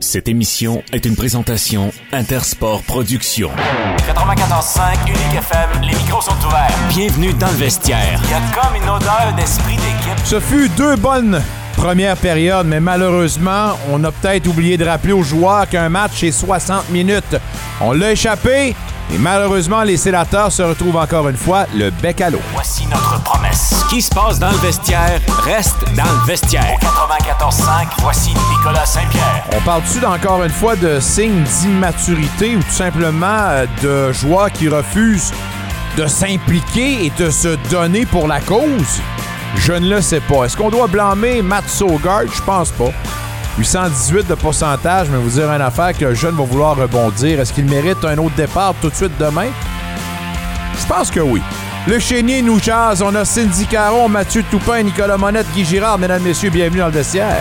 Cette émission est une présentation Intersport Productions. 94.5 Unique FM, les micros sont ouverts. Bienvenue dans le vestiaire. Il y a comme une odeur d'esprit d'équipe. Ce fut 2 bonnes premières périodes, mais malheureusement, on a peut-être oublié de rappeler aux joueurs qu'un match est 60 minutes. On l'a échappé et malheureusement, les sénateurs se retrouvent encore une fois le bec à l'eau. Voici notre promesse. Ce qui se passe dans le vestiaire reste dans le vestiaire. Au 94.5, voici Nicolas Saint-Pierre. On parle-tu encore une fois de signes d'immaturité ou tout simplement de joueurs qui refusent de s'impliquer et de se donner pour la cause? Je ne le sais pas. Est-ce qu'on doit blâmer Matt Sogard? Je pense pas. 818 de pourcentage, mais vous dire une affaire que le jeune va vouloir rebondir. Est-ce qu'il mérite un autre départ tout de suite demain? Je pense que oui. Le Chénier nous jase. On a Cindy Caron, Mathieu Toupin, Nicolas Monette, Guy Girard. Mesdames, messieurs, bienvenue dans le vestiaire.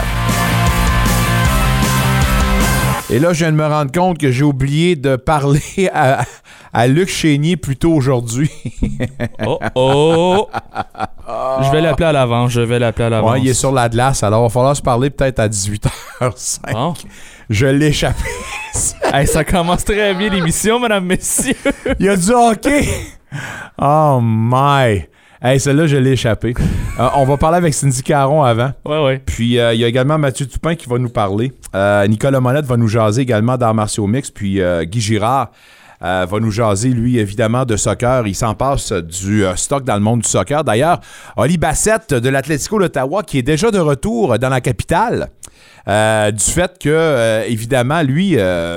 Et là, je viens de me rendre compte que j'ai oublié de parler à Luc Chénier plus tôt aujourd'hui. Oh! Je vais l'appeler à l'avance, Ouais, il est sur la glace, alors il va falloir se parler peut-être à 18h05. Oh. Je l'ai échappé. Hey, ça commence très bien l'émission, mesdames, messieurs. Il y a du hockey. Oh my. Hey, celle-là, je l'ai échappé. On va parler avec Cindy Caron avant. Ouais. Puis, il y a également Mathieu Toupin qui va nous parler. Nicolas Monette va nous jaser également d'arts martiaux mixtes. Puis, Guy Girard va nous jaser, lui, évidemment, de soccer. Il s'en passe du stock dans le monde du soccer. D'ailleurs, Oli Bassett de l'Atlético d'Ottawa, qui est déjà de retour dans la capitale, du fait que, évidemment, lui,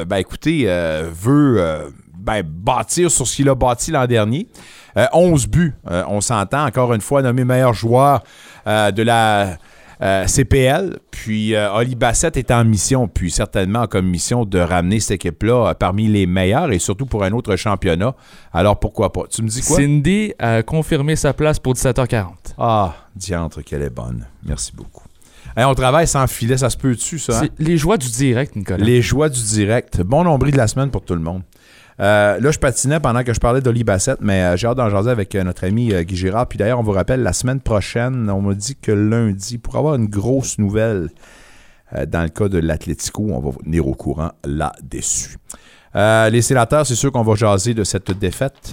veut bâtir sur ce qu'il a bâti l'an dernier. 11 buts, on s'entend, encore une fois, nommé meilleur joueur de la CPL. Puis Oli Bassett est en mission, puis certainement comme mission de ramener cette équipe-là parmi les meilleurs et surtout pour un autre championnat. Alors pourquoi pas? Tu me dis quoi? Cindy a confirmé sa place pour 17h40. Ah, diantre qu'elle est bonne. Merci beaucoup. Hey, on travaille sans filet, ça se peut-tu, ça? Hein? C'est les joies du direct, Nicolas. Les joies du direct. Bon nombril de la semaine pour tout le monde. Là, je patinais pendant que je parlais d'Oli Bassett, mais j'ai hâte d'en jaser avec notre ami Guy Girard. Puis d'ailleurs, on vous rappelle, la semaine prochaine, on m'a dit que lundi, pour avoir une grosse nouvelle dans le cas de l'Atlético, on va venir au courant là-dessus. Les sénateurs, c'est sûr qu'on va jaser de cette défaite.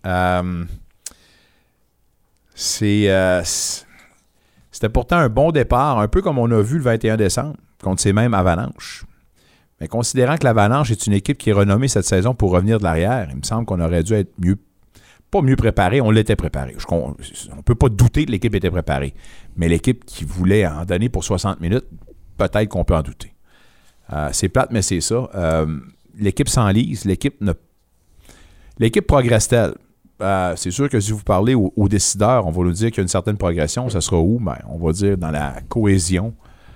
C'était pourtant un bon départ, un peu comme on a vu le 21 décembre, contre ces mêmes Avalanches. Mais considérant que l'Avalanche est une équipe qui est renommée cette saison pour revenir de l'arrière, il me semble qu'on aurait dû être pas mieux préparé, on l'était préparé. On ne peut pas douter que l'équipe était préparée. Mais l'équipe qui voulait en donner pour 60 minutes, peut-être qu'on peut en douter. C'est plate, mais c'est ça. L'équipe s'enlise, l'équipe progresse-t-elle? C'est sûr que si vous parlez aux décideurs, on va nous dire qu'il y a une certaine progression. Ça sera où? Ben, on va dire dans la cohésion,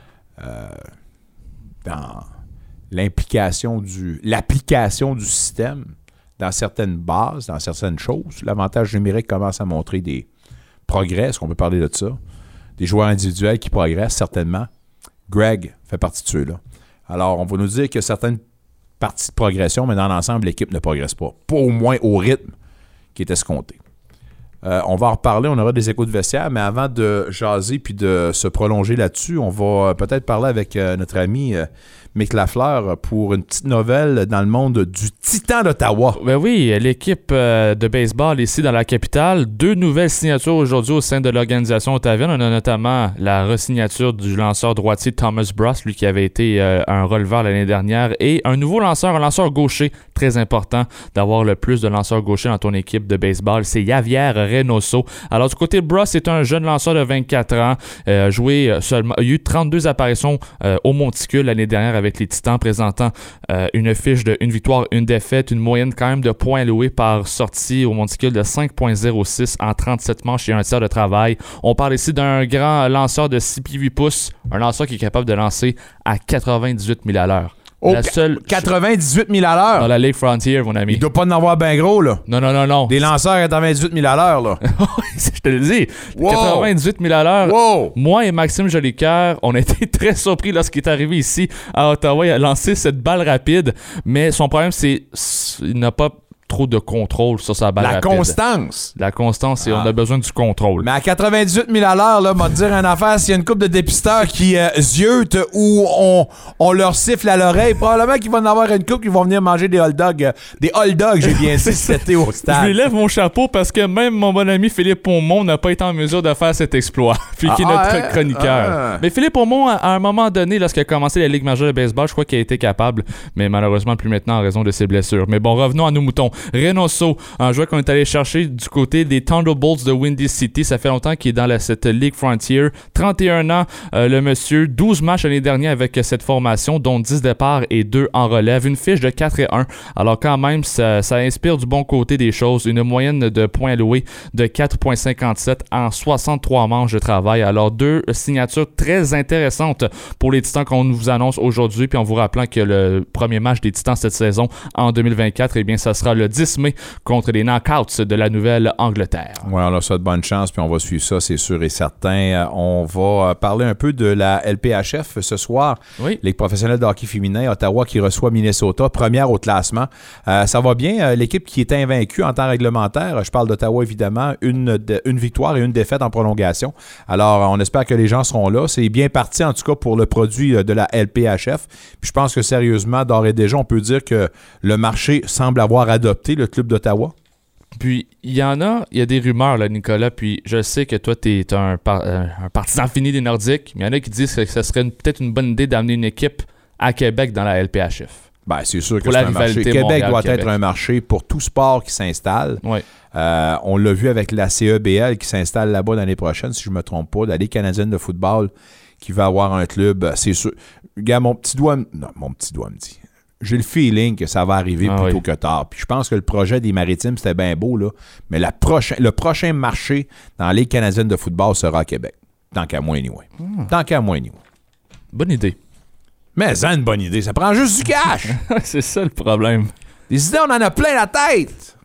dans l'application du système dans certaines bases, dans certaines choses. L'avantage numérique commence à montrer des progrès. Est-ce qu'on peut parler de ça? Des joueurs individuels qui progressent, certainement. Greg fait partie de ceux-là. Alors, on va nous dire qu'il y a certaines parties de progression, mais dans l'ensemble, l'équipe ne progresse pas. Pas au moins au rythme qui est escompté. On va en reparler, on aura des échos de vestiaire, mais avant de jaser puis de se prolonger là-dessus, on va peut-être parler avec notre ami Mick Lafleur pour une petite nouvelle dans le monde du Titan d'Ottawa. Ben oui, l'équipe de baseball ici dans la capitale. 2 nouvelles signatures aujourd'hui au sein de l'organisation ottavienne. On a notamment la re-signature du lanceur droitier Thomas Bruss, lui qui avait été un releveur l'année dernière, et un nouveau lanceur, un lanceur gaucher. Très important d'avoir le plus de lanceurs gauchers dans ton équipe de baseball. C'est Javier Reynoso. Alors du côté de Bruss, c'est un jeune lanceur de 24 ans. Il a eu 32 apparitions au Monticule l'année dernière avec les Titans, présentant une fiche de 1 victoire, 1 défaite, une moyenne quand même de points alloués par sortie au Monticule de 5.06 en 37 manches et 1 tiers de travail. On parle ici d'un grand lanceur de 6 pieds 8 pouces, un lanceur qui est capable de lancer à 98 000 à l'heure. Oh, 98 000 à l'heure? Dans la Lake Frontier, mon ami. Il doit pas en avoir bien gros, là. Non. Des lanceurs à 98 000 à l'heure, là. Je te le dis. Wow. 98 000 à l'heure. Wow. Moi et Maxime Jolicoeur, on a été très surpris lorsqu'il est arrivé ici à Ottawa. Il a lancé cette balle rapide, mais son problème, c'est qu'il n'a pas trop de contrôle sur sa balle rapide. Constance! La constance, et on a besoin du contrôle. Mais à 98 000 à l'heure, là, m'a te dire une affaire, s'il y a une couple de dépisteurs qui ziotent ou on leur siffle à l'oreille, probablement qu'ils vont en avoir une couple qui vont venir manger des hot dogs. Des hot dogs, j'ai bien dit, cet été au stade. Je lui lève mon chapeau parce que même mon bon ami Philippe Aumont n'a pas été en mesure de faire cet exploit. Puis qui est notre chroniqueur. Mais Philippe Aumont, à un moment donné, lorsqu'il a commencé la Ligue majeure de baseball, je crois qu'il a été capable, mais malheureusement plus maintenant en raison de ses blessures. Mais bon, revenons à nos moutons. Reynoso, un joueur qu'on est allé chercher du côté des Thunderbolts de Windy City. Ça fait longtemps qu'il est dans cette Ligue Frontier. 31 ans, le monsieur. 12 matchs l'année dernière avec cette formation, dont 10 départs et 2 en relève. Une fiche de 4-1. Alors quand même, ça inspire du bon côté des choses. Une moyenne de points alloués de 4,57 en 63 manches de travail. Alors 2 signatures très intéressantes pour les Titans qu'on vous annonce aujourd'hui. Puis en vous rappelant que le premier match des Titans cette saison en 2024, eh bien, ça sera le 10 mai contre les Knockouts de la Nouvelle-Angleterre. Oui, on leur souhaite bonne chance, puis on va suivre ça, c'est sûr et certain. On va parler un peu de la LPHF ce soir. Oui. Ligue professionnelle de hockey féminin, Ottawa qui reçoit Minnesota, première au classement. Ça va bien. L'équipe qui était invaincue en temps réglementaire, je parle d'Ottawa évidemment, une victoire et une défaite en prolongation. Alors, on espère que les gens seront là. C'est bien parti en tout cas pour le produit de la LPHF. Puis je pense que sérieusement, d'ores et déjà, on peut dire que le marché semble avoir adopté le club d'Ottawa. Puis, il y a des rumeurs, là, Nicolas, puis je sais que toi, tu es un partisan fini des Nordiques, mais il y en a qui disent que ce serait peut-être une bonne idée d'amener une équipe à Québec dans la LPHF. Ben, c'est sûr que c'est un marché. Québec doit être un marché pour tout sport qui s'installe. Oui. On l'a vu avec la CEBL qui s'installe là-bas l'année prochaine, si je ne me trompe pas, la Ligue canadienne de football qui va avoir un club. C'est sûr. Regarde, mon petit doigt me dit. J'ai le feeling que ça va arriver plus tôt que tard. Puis je pense que le projet des Maritimes, c'était bien beau, là. Mais le prochain marché dans la Ligue canadienne de football sera à Québec. Tant qu'à moi, anyway. Bonne idée. Mais c'est une bonne idée. Ça prend juste du cash. C'est ça le problème. Des idées, on en a plein la tête.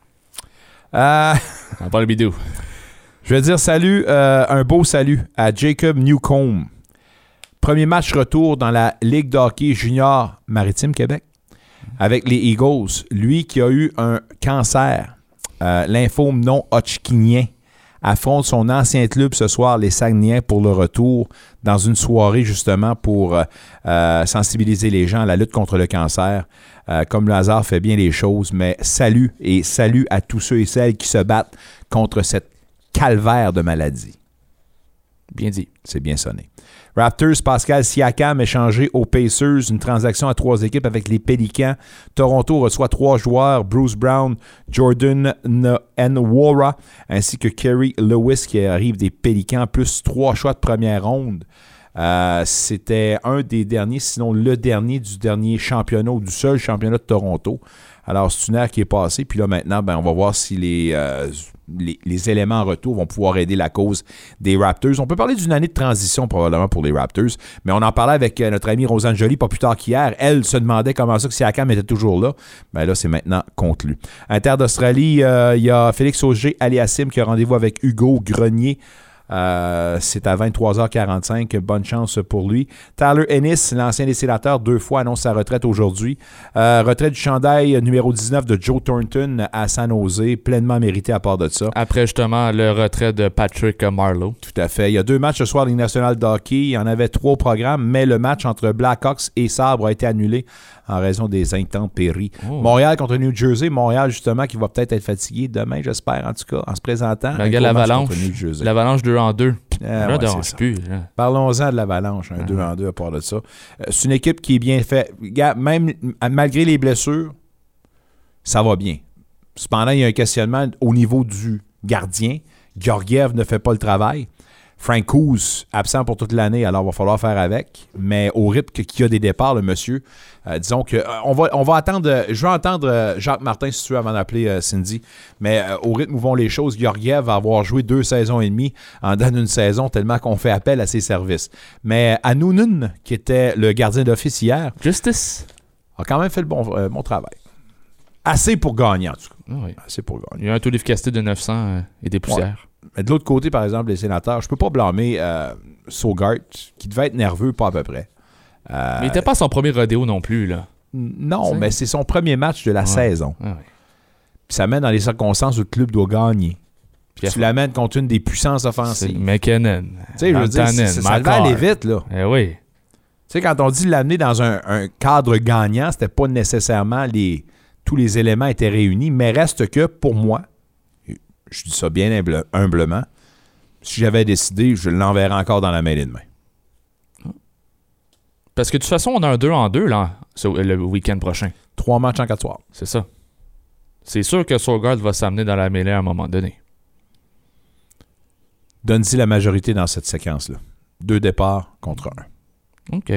On parle vidéo. Je vais dire un beau salut à Jacob Newcombe. Premier match retour dans la Ligue de hockey junior Maritime Québec avec les Eagles. Lui qui a eu un cancer, lymphome non hodgkinien, affronte son ancien club ce soir, les Saguenayens, pour le retour dans une soirée justement pour sensibiliser les gens à la lutte contre le cancer. Comme le hasard fait bien les choses, mais salut à tous ceux et celles qui se battent contre cette calvaire de maladie. Bien dit. C'est bien sonné. Raptors, Pascal Siakam échangé aux Pacers, une transaction à 3 équipes avec les Pélicans. Toronto reçoit 3 joueurs, Bruce Brown, Jordan Nwora, ainsi que Kerry Lewis qui arrive des Pélicans, plus 3 choix de première ronde. C'était un des derniers, sinon le dernier du dernier championnat ou du seul championnat de Toronto. Alors, c'est une ère qui est passée. Puis là, maintenant, on va voir si les éléments en retour vont pouvoir aider la cause des Raptors. On peut parler d'une année de transition probablement pour les Raptors, mais on en parlait avec notre amie Rosanne Joly pas plus tard qu'hier. Elle se demandait comment ça que Siakam était toujours là. Ben là, c'est maintenant conclu. Inter d'Australie, il y a Félix Auger-Aliassime qui a rendez-vous avec Hugo Grenier. C'est à 23h45. Bonne chance pour lui. Tyler Ennis, l'ancien des Sénateurs, 2 fois annonce sa retraite aujourd'hui. Retraite du chandail numéro 19 de Joe Thornton à San Jose, pleinement mérité à part de ça. Après justement le retrait de Patrick Marleau. Tout à fait. Il y a 2 matchs ce soir Ligue nationale de hockey. Il y en avait 3 au programme, mais le match entre Blackhawks et Sabres a été annulé en raison des intempéries. Montréal contre New Jersey. Montréal, justement, qui va peut-être être fatigué demain, j'espère, en tout cas, en se présentant. L'Avalanche 2-2. Parlons-en de l'Avalanche, 2-2 à part de ça. C'est une équipe qui est bien faite. Même malgré les blessures, ça va bien. Cependant, il y a un questionnement au niveau du gardien. Georgiev ne fait pas le travail. Frank Hoos, absent pour toute l'année, alors il va falloir faire avec. Mais au rythme qu'il y a des départs, le monsieur, disons que on va attendre. Je vais entendre Jacques Martin, si tu veux, avant d'appeler Cindy. Mais au rythme où vont les choses, Georgiev va avoir joué 2 saisons et demie en dans une saison, tellement qu'on fait appel à ses services. Mais Anunun, qui était le gardien d'office hier, Justice, a quand même fait le bon travail. Assez pour gagner, en tout cas. Oui. Assez pour gagner. Il y a un taux d'efficacité de 900 et des poussières. Ouais. Mais de l'autre côté, par exemple, les Sénateurs, je peux pas blâmer Sogart, qui devait être nerveux, pas à peu près. Mais il n'était pas son premier rodéo non plus, là. Non, mais c'est son premier match de la saison. Ah, oui. Puis ça met dans les circonstances où le club doit gagner. Puis tu l'amènes contre une des puissances offensives. C'est McKinnon. Tu sais, je veux dire, ça devait aller vite, là. Eh oui. Tu sais, quand on dit l'amener dans un cadre gagnant, c'était pas nécessairement tous les éléments étaient réunis, mais reste que, pour moi, je dis ça bien humblement, si j'avais décidé, je l'enverrais encore dans la mêlée de main. Parce que de toute façon, on a un 2-en-2 là, le week-end prochain. 3 matchs en 4 soirs. C'est ça. C'est sûr que Sogaard va s'amener dans la mêlée à un moment donné. Donne-y la majorité dans cette séquence-là. 2 départs contre 1. OK.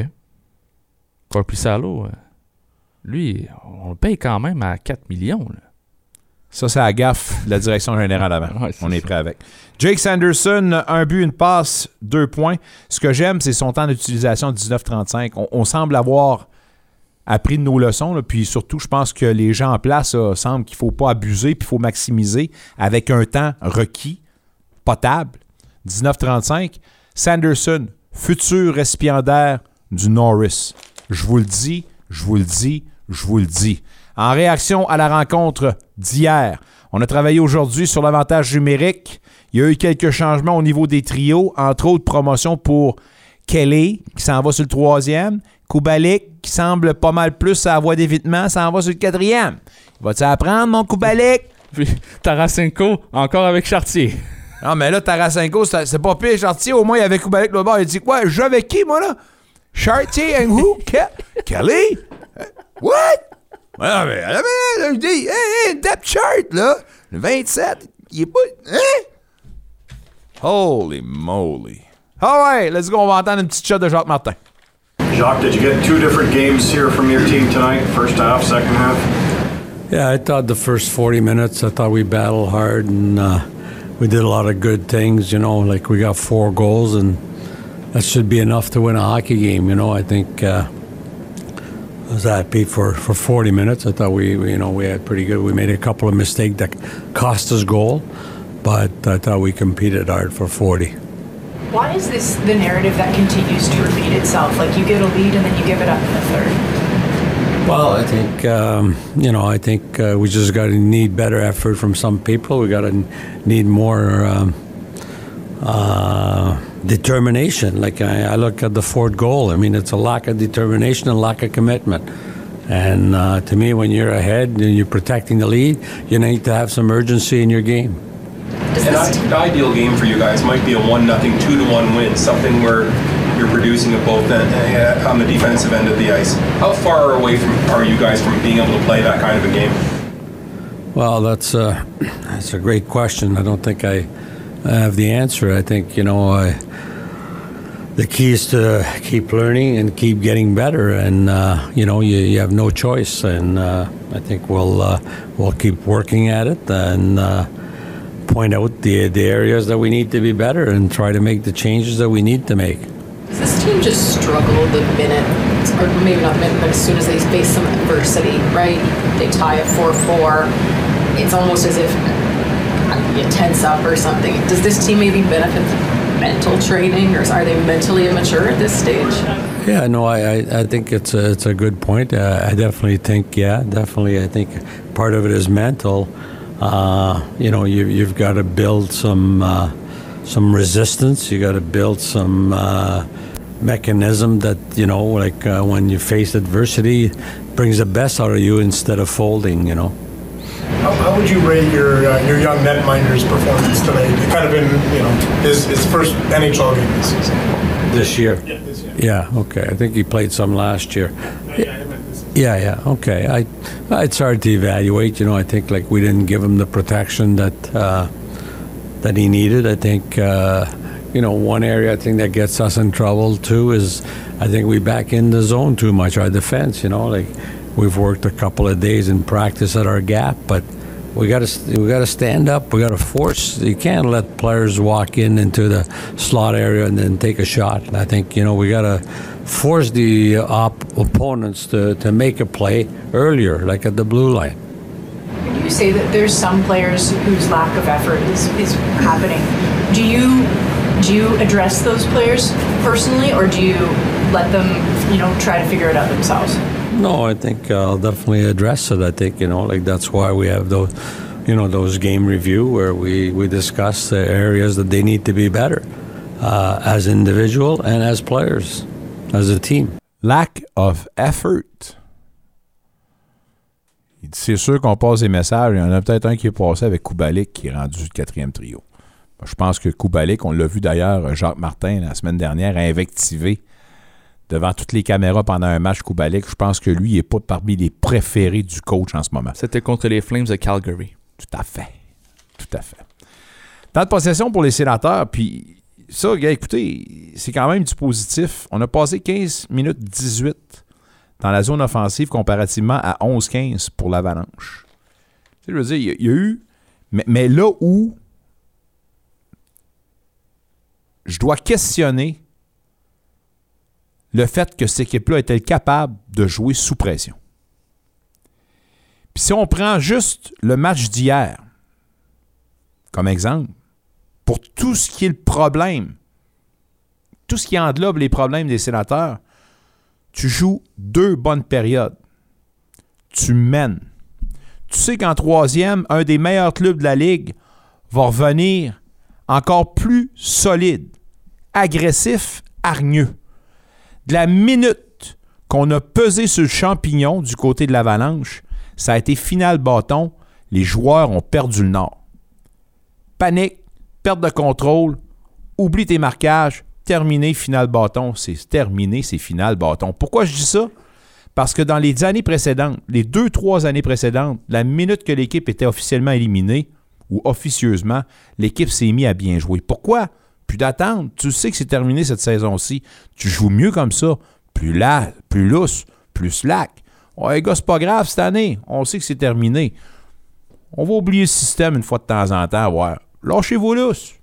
Korpisalo, lui, on le paye quand même à 4 millions. Là. Ça, c'est la gaffe de la direction générale avant. Ouais, on est prêt avec. Jake Sanderson, 1 but, 1 passe, 2 points. Ce que j'aime, c'est son temps d'utilisation de 19-35. On semble avoir appris de nos leçons. Là, puis surtout, je pense que les gens en place semblent qu'il ne faut pas abuser puis il faut maximiser avec un temps requis, potable. 19-35. Sanderson, futur récipiendaire du Norris. Je vous le dis, je vous le dis, je vous le dis. En réaction à la rencontre d'hier, on a travaillé aujourd'hui sur l'avantage numérique. Il y a eu quelques changements au niveau des trios, entre autres promotion pour Kelly, qui s'en va sur le 3e. Kubalik, qui semble pas mal plus à la voie d'évitement, s'en va sur le 4e. Va-tu apprendre, mon Kubalik? Puis Tarasenko, encore avec Chartier. Non, mais là, Tarasenko, c'est pas pire, Chartier. Au moins, il y avait Kubalik là-bas. Il a dit quoi? Je joue avec qui, moi, là? Chartier and who? Kelly? What? Non, mais je dis, hey, depth chart, là. Le 27, il est pas... Hein? Holy moly. All right, let's go. On va entendre une petite shot de Jacques Martin. Jacques, did you get 2 different games here from your team tonight? First half, second half? Yeah, I thought the first 40 minutes, I thought we battled hard and we did a lot of good things, you know, like we got 4 goals and that should be enough to win a hockey game, you know. I think I was happy for 40 minutes. I thought we had pretty good. We made a couple of mistakes that cost us goal, but I thought we competed hard for 40. Why is this the narrative that continues to repeat itself? Like you get a lead and then you give it up in the third. Well, I think we just got to need better effort from some people. We got to need more determination. Like I look at the 4th goal. I mean, it's a lack of determination and lack of commitment. And to me, when you're ahead and you're protecting the lead, you need to have some urgency in your game. An ideal game for you guys might be a 1-0, 2-1 win, something where you're producing at both on the defensive end of the ice. How far away are you guys from being able to play that kind of a game? Well, that's a great question. I don't think I have the answer. I think, the key is to keep learning and keep getting better, and you have no choice. And I think we'll keep working at it and point out the areas that we need to be better and try to make the changes that we need to make. Does this team just struggle the minute, or maybe not the minute, but as soon as they face some adversity, right? They tie at 4-4. It's almost as if you tense up or something. Does this team maybe benefit from mental training, or are they mentally immature at this stage? Yeah, no, I think it's a good point. I definitely think, I think part of it is mental. You've got to build some resistance. You got to build some mechanism that, when you face adversity, brings the best out of you instead of folding, How would you rate your young netminder's performance tonight? Kind of in his first NHL game this season. This year. Yeah, this year. Yeah. Okay. I think he played some last year. I meant this. Yeah. Okay. It's hard to evaluate. I think we didn't give him the protection that he needed. I think one area I think that gets us in trouble too is I think we back in the zone too much. Our defense. We've worked a couple of days in practice at our gap, but we got to stand up. We got to force. You can't let players walk into the slot area and then take a shot. And I think we got to force the opponents to make a play earlier, like at the blue line. When you say that there's some players whose lack of effort is happening, do you address those players personally, or do you let them try to figure it out themselves? No, I think I'll definitely address it. I think, like that's why we have those game review where we discuss the areas that they need to be better as individual and as players, as a team. Lack of effort. Il dit, c'est sûr qu'on passe des messages. Il y en a peut-être un qui est passé avec Kubalik qui est rendu le 4e trio. Je pense que Kubalik, on l'a vu d'ailleurs, Jacques Martin, la semaine dernière, a invectivé devant toutes les caméras pendant un match Kubalik. Je pense que lui, il n'est pas parmi les préférés du coach en ce moment. C'était contre les Flames de Calgary. Tout à fait. Temps de possession pour les Sénateurs, puis ça, gars, écoutez, c'est quand même du positif. On a passé 15 minutes 18 dans la zone offensive comparativement à 11-15 pour l'Avalanche. Tu sais, je veux dire, il y a eu... Mais là où je dois questionner le fait que cette équipe-là est-elle capable de jouer sous pression. Puis si on prend juste le match d'hier comme exemple, pour tout ce qui est le problème, tout ce qui englobe les problèmes des Sénateurs, tu joues 2 bonnes périodes. Tu mènes. Tu sais qu'en 3e, un des meilleurs clubs de la Ligue va revenir encore plus solide, agressif, hargneux. De la minute qu'on a pesé sur le champignon du côté de l'Avalanche, ça a été final bâton. Les joueurs ont perdu le nord. Panique, perte de contrôle, oublie tes marquages, terminé, final bâton. C'est terminé, c'est final bâton. Pourquoi je dis ça? Parce que dans les années précédentes, les 2-3 années précédentes, la minute que l'équipe était officiellement éliminée, ou officieusement, l'équipe s'est mise à bien jouer. Pourquoi? Plus d'attente. Tu sais que c'est terminé cette saison-ci. Tu joues mieux comme ça. Plus lousse, plus slack. Ouais, gars, c'est pas grave cette année. On sait que c'est terminé. On va oublier le système une fois de temps en temps. Ouais. Lâchez-vous lousse.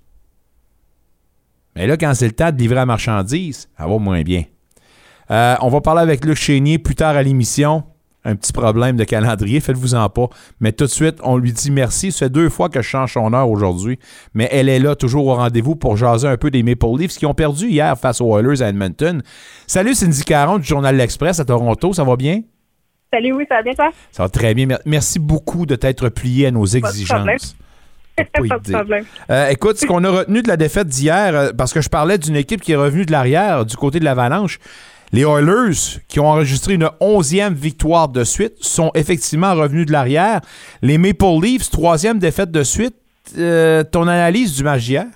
Mais là, quand c'est le temps de livrer la marchandise, ça va moins bien. On va parler avec Luc Chénier plus tard à l'émission. Un petit problème de calendrier, faites-vous-en pas. Mais tout de suite, on lui dit merci. Ça fait 2 fois que je change son heure aujourd'hui. Mais elle est là, toujours au rendez-vous pour jaser un peu des Maple Leafs qui ont perdu hier face aux Oilers à Edmonton. Salut, Cindy Caron du Journal L'Express à Toronto. Ça va bien? Salut, oui, ça va bien, toi? Ça va très bien. Merci beaucoup de t'être plié à nos exigences. Pas de problème. Écoute, ce qu'on a retenu de la défaite d'hier, parce que je parlais d'une équipe qui est revenue de l'arrière du côté de l'Avalanche, les Oilers, qui ont enregistré une 11e victoire de suite, sont effectivement revenus de l'arrière. Les Maple Leafs, 3e défaite de suite. Ton analyse du match d'hier?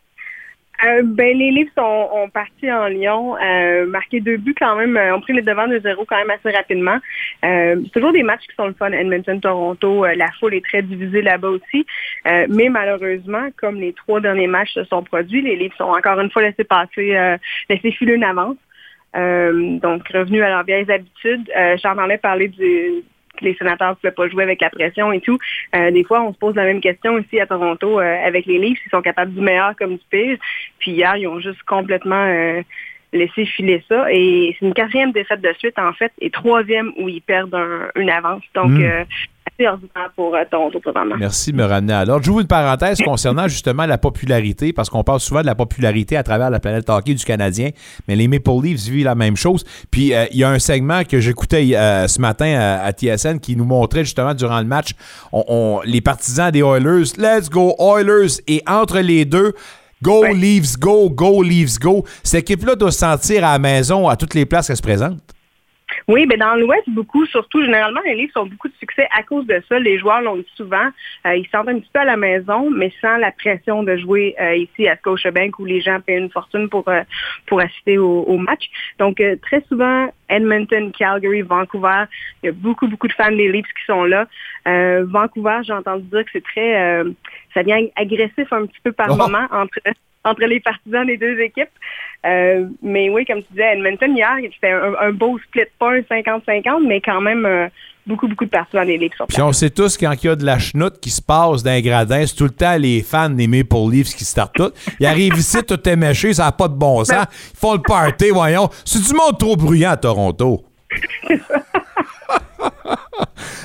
Les Leafs ont parti en Lyon, marqué 2 buts quand même, ont pris le devant de 0 quand même assez rapidement. C'est toujours des matchs qui sont le fun. Edmonton, Toronto, la foule est très divisée là-bas aussi. Mais malheureusement, comme les 3 derniers matchs se sont produits, les Leafs ont encore une fois laissé filer une avance. Donc, revenus à leurs vieilles habitudes. J'entendais parler que les Sénateurs ne pouvaient pas jouer avec la pression et tout. Des fois, on se pose la même question ici à Toronto avec les Leafs. Ils sont capables du meilleur comme du pire. Puis hier, ils ont juste complètement laissé filer ça. Et c'est une 4e défaite de suite, en fait, et 3e où ils perdent une avance. Donc, assez ordinaire pour Toronto, probablement. Merci de me ramener à l'ordre. J'ouvre une parenthèse concernant justement la popularité, parce qu'on parle souvent de la popularité à travers la planète hockey du Canadien, mais les Maple Leafs vivent la même chose. Puis, il y a un segment que j'écoutais ce matin à TSN qui nous montrait justement durant le match, les partisans des Oilers, « Let's go Oilers », et entre les deux, « Go Leafs, go, go Leafs, go ». Cette équipe-là doit se sentir à la maison à toutes les places qu'elle se présente. Oui, mais dans l'Ouest, beaucoup, surtout, généralement, les Leafs ont beaucoup de succès à cause de ça. Les joueurs l'ont dit souvent. Ils se sentent un petit peu à la maison, mais sans la pression de jouer ici à Scotiabank où les gens paient une fortune pour assister au match. Donc, très souvent, Edmonton, Calgary, Vancouver, il y a beaucoup, beaucoup de fans des Leafs qui sont là. Vancouver, j'ai entendu dire que c'est très... ça devient agressif un petit peu par moment entre les partisans des deux équipes. Mais oui, comme tu disais, Edmonton, hier, c'était un beau split, pas un 50-50, mais quand même beaucoup, beaucoup de partisans des Leafs. Puis on sait tous quand il y a de la chenoute qui se passe d'un gradin, c'est tout le temps les fans des Maple Leafs qui startent tout. Ils arrivent ici, tout est méché, ça n'a pas de bon sens. Ils font le party, voyons. C'est du monde trop bruyant à Toronto.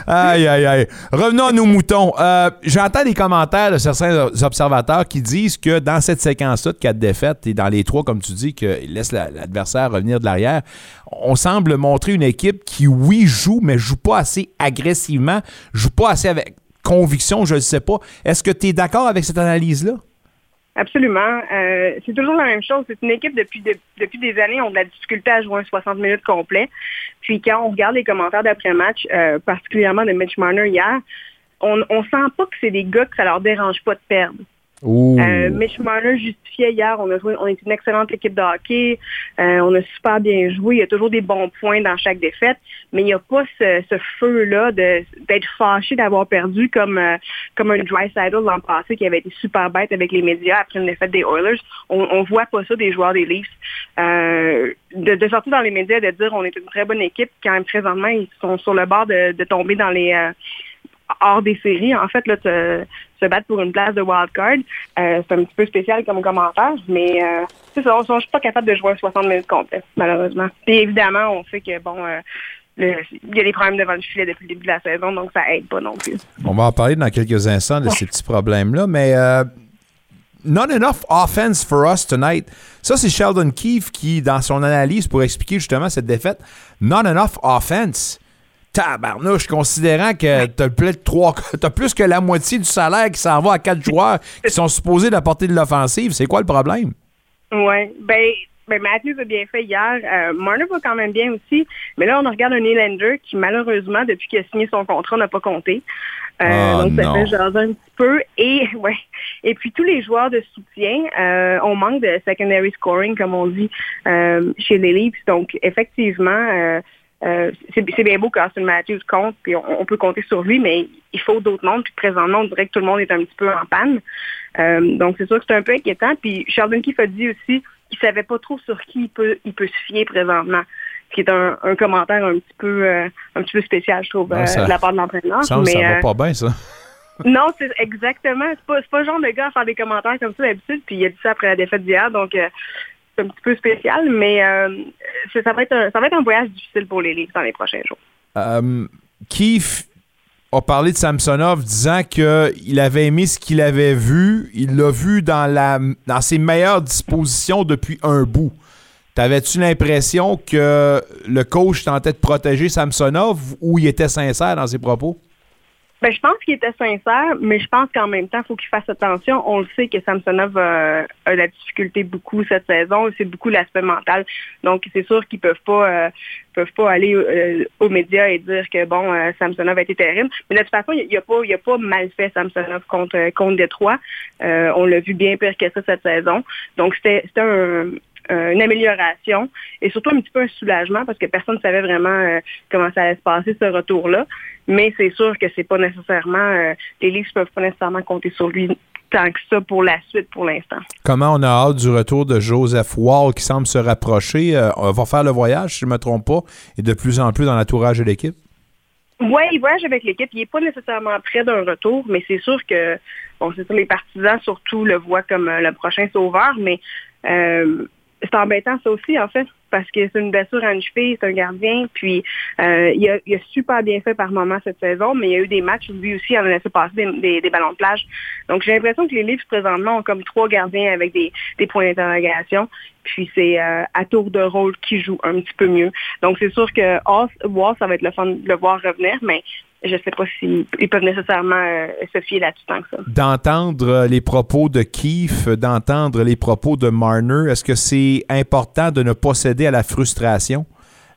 Aïe, aïe, aïe. Revenons à nos moutons. J'entends des commentaires de certains observateurs qui disent que dans cette séquence-là de 4 défaites, et dans les 3, comme tu dis, qu'ils laissent l'adversaire revenir de l'arrière, on semble montrer une équipe qui, oui, joue, mais joue pas assez agressivement, joue pas assez avec conviction, je ne sais pas. Est-ce que tu es d'accord avec cette analyse-là? Absolument. C'est toujours la même chose. C'est une équipe depuis des années, ont de la difficulté à jouer un 60 minutes complet. Puis quand on regarde les commentaires d'après-match, particulièrement de Mitch Marner hier, on sent pas que c'est des gars que ça leur dérange pas de perdre. Mitch Marner justifiait hier, on est une excellente équipe de hockey, on a super bien joué, il y a toujours des bons points dans chaque défaite, mais il n'y a pas ce feu-là d'être fâché d'avoir perdu comme un Draisaitl l'an passé qui avait été super bête avec les médias après une défaite des Oilers. On voit pas ça des joueurs des Leafs. De sortir dans les médias et de dire on est une très bonne équipe quand même présentement ils sont sur le bord de tomber dans les hors des séries, en fait, là, se battre pour une place de wildcard. C'est un petit peu spécial comme commentaire, mais c'est ça, je suis pas capable de jouer un 60 minutes complet, malheureusement. Et évidemment, on sait que, bon, il y a des problèmes devant le filet depuis le début de la saison, donc ça aide pas non plus. On va en parler dans quelques instants de ces petits problèmes-là, mais not enough offense for us tonight. Ça, c'est Sheldon Keefe qui, dans son analyse pour expliquer justement cette défaite, not enough offense. Tabarnouche, considérant que t'as plus que la moitié du salaire qui s'en va à 4 joueurs qui sont supposés d'apporter de l'offensive, c'est quoi le problème? Oui, ben Matthews a bien fait hier. Marner va quand même bien aussi. Mais là, on regarde un Nylander qui, malheureusement, depuis qu'il a signé son contrat, n'a pas compté. Donc, ça fait jaser un petit peu. Et puis, tous les joueurs de soutien, on manque de secondary scoring, comme on dit, chez les Leafs. Donc, effectivement... c'est bien beau qu'Austin Matthews compte, puis on peut compter sur lui, mais il faut d'autres mondes. Puis présentement, on dirait que tout le monde est un petit peu en panne. Donc c'est sûr que c'est un peu inquiétant. Puis Sheldon Keefe a dit aussi qu'il savait pas trop sur qui il peut se fier présentement. Ce qui est un commentaire un petit peu spécial, je trouve, de la part de l'entraîneur. Ça va pas bien, ça. Non, c'est exactement. C'est pas le genre de gars à faire des commentaires comme ça d'habitude. Puis il a dit ça après la défaite d'hier, donc c'est un petit peu spécial, mais ça va être un voyage difficile pour les Leafs dans les prochains jours. Keefe a parlé de Samsonov disant qu'il avait aimé ce qu'il avait vu. Il l'a vu dans ses meilleures dispositions depuis un bout. T'avais-tu l'impression que le coach tentait de protéger Samsonov ou il était sincère dans ses propos? Ben, je pense qu'il était sincère, mais je pense qu'en même temps, il faut qu'il fasse attention. On le sait que Samsonov a la difficulté beaucoup cette saison. C'est beaucoup l'aspect mental. Donc, c'est sûr qu'ils peuvent pas aller aux médias et dire que, bon, Samsonov a été terrible. Mais de toute façon, il a pas mal fait Samsonov contre Détroit. On l'a vu bien pire que ça cette saison. Donc, c'était une amélioration et surtout un petit peu un soulagement parce que personne ne savait vraiment comment ça allait se passer ce retour-là. Mais c'est sûr que c'est pas nécessairement les Leafs peuvent pas nécessairement compter sur lui tant que ça pour la suite pour l'instant. Comment on a hâte du retour de Joseph Woll qui semble se rapprocher. On va faire le voyage, si je ne me trompe pas, et de plus en plus dans l'entourage de l'équipe. Oui, il voyage avec l'équipe. Il n'est pas nécessairement près d'un retour, mais c'est sûr que c'est sûr, les partisans surtout le voient comme le prochain sauveur, mais c'est embêtant ça aussi, en fait, parce que c'est une blessure à une cheville, c'est un gardien, puis il a super bien fait par moment cette saison, mais il y a eu des matchs où lui aussi il en a laissé passer des ballons de plage. Donc j'ai l'impression que les Leafs présentement ont comme 3 gardiens avec des points d'interrogation, puis c'est à tour de rôle qui joue un petit peu mieux. Donc c'est sûr que Wall, ça va être le fun de le voir revenir, mais je ne sais pas s'ils peuvent nécessairement se fier là-dessus tant que ça. D'entendre les propos de Keefe, d'entendre les propos de Marner, est-ce que c'est important de ne pas céder à la frustration?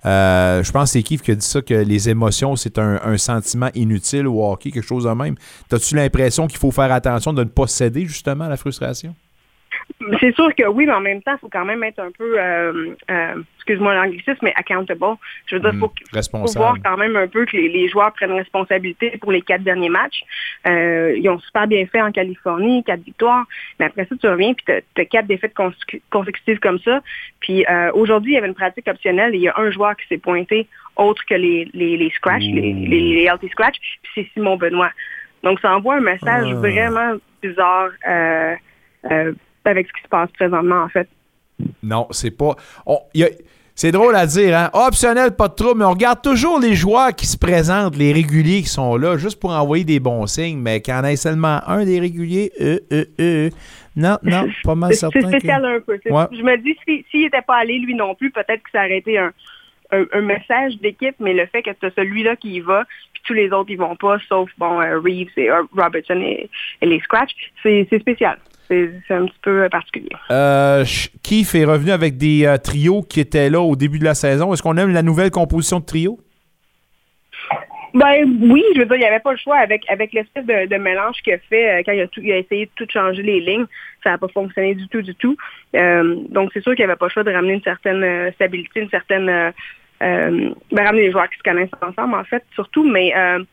Je pense que c'est Keefe qui a dit ça, que les émotions, c'est un sentiment inutile au hockey, quelque chose de même. As-tu l'impression qu'il faut faire attention de ne pas céder justement à la frustration? C'est sûr que oui, mais en même temps, il faut quand même être un peu, excuse-moi l'anglicisme, mais accountable. Je veux dire, il faut voir quand même un peu que les joueurs prennent responsabilité pour les 4 derniers matchs. Ils ont super bien fait en Californie, 4 victoires, mais après ça, tu reviens et tu as 4 défaites consécutives comme ça. Puis aujourd'hui, il y avait une pratique optionnelle et il y a un joueur qui s'est pointé autre que les scratch, les healthy scratch, puis c'est Simon Benoît. Donc, ça envoie un message vraiment bizarre avec ce qui se passe présentement, en fait. Non, c'est pas... C'est drôle à dire, hein? Optionnel, pas de trouble, mais on regarde toujours les joueurs qui se présentent, les réguliers qui sont là, juste pour envoyer des bons signes, mais qu'il y en ait seulement un des réguliers, non, pas mal certain. C'est spécial un peu. Ouais. Je me dis, s'il n'était pas allé, lui non plus, peut-être que ça aurait été un message d'équipe, mais le fait que c'est celui-là qui y va, puis tous les autres, ils vont pas, sauf, Reeves et Robertson et les Scratch, c'est spécial. C'est un petit peu particulier. Keefe est revenu avec des trios qui étaient là au début de la saison. Est-ce qu'on aime la nouvelle composition de trio? Ben oui, je veux dire, il n'y avait pas le choix avec l'espèce de mélange qu'il a fait quand il a essayé de tout changer les lignes. Ça n'a pas fonctionné du tout. Donc c'est sûr qu'il n'y avait pas le choix de ramener une certaine stabilité, une certaine ramener les joueurs qui se connaissent ensemble en fait, surtout, mais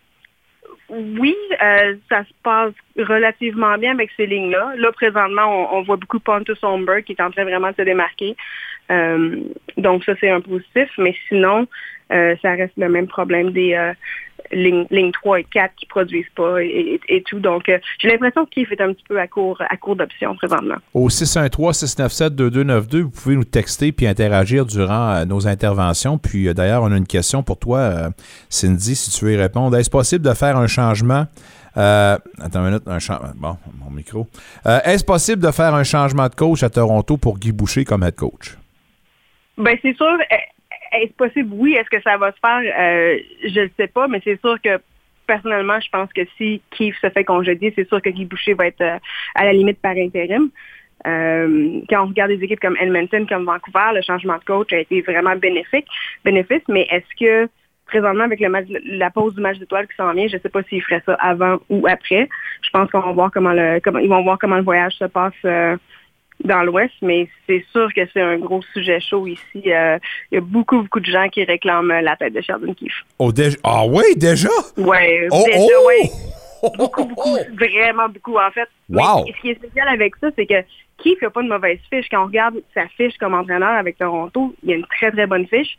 oui, ça se passe relativement bien avec ces lignes-là. Là, présentement, on voit beaucoup Pontus Holmberg qui est en train vraiment de se démarquer. Donc ça, c'est un positif. Mais sinon, ça reste le même problème des lignes 3 et 4 qui produisent pas et tout. Donc, j'ai l'impression qu'il fait un petit peu à court d'options présentement. Au 613-697-2292, vous pouvez nous texter puis interagir durant nos interventions. Puis d'ailleurs, on a une question pour toi, Cindy, si tu veux y répondre. Est-ce possible de faire un changement? Attends une minute, bon, mon micro. Est-ce possible de faire un changement de coach à Toronto pour Guy Boucher comme head coach? Ben c'est sûr. Est-ce possible? Oui. Est-ce que ça va se faire? Je ne sais pas, mais c'est sûr que personnellement, je pense que si Keefe se fait congédier, c'est sûr que Guy Boucher va être à la limite par intérim. Quand on regarde des équipes comme Edmonton, comme Vancouver, le changement de coach a été vraiment bénéfice, mais est-ce que présentement, avec la pause du match d'étoiles qui s'en vient, je ne sais pas s'ils feraient ça avant ou après. Je pense qu'on va voir ils vont voir comment le voyage se passe dans l'Ouest, mais c'est sûr que c'est un gros sujet chaud ici. Il y a beaucoup de gens qui réclament la tête de Sheldon Keefe. Ah oui, déjà? Oui, oui. Beaucoup, vraiment beaucoup, en fait. Wow. Mais ce qui est spécial avec ça, c'est que Keefe n'a pas de mauvaise fiche. Quand on regarde sa fiche comme entraîneur avec Toronto, il y a une très, très bonne fiche.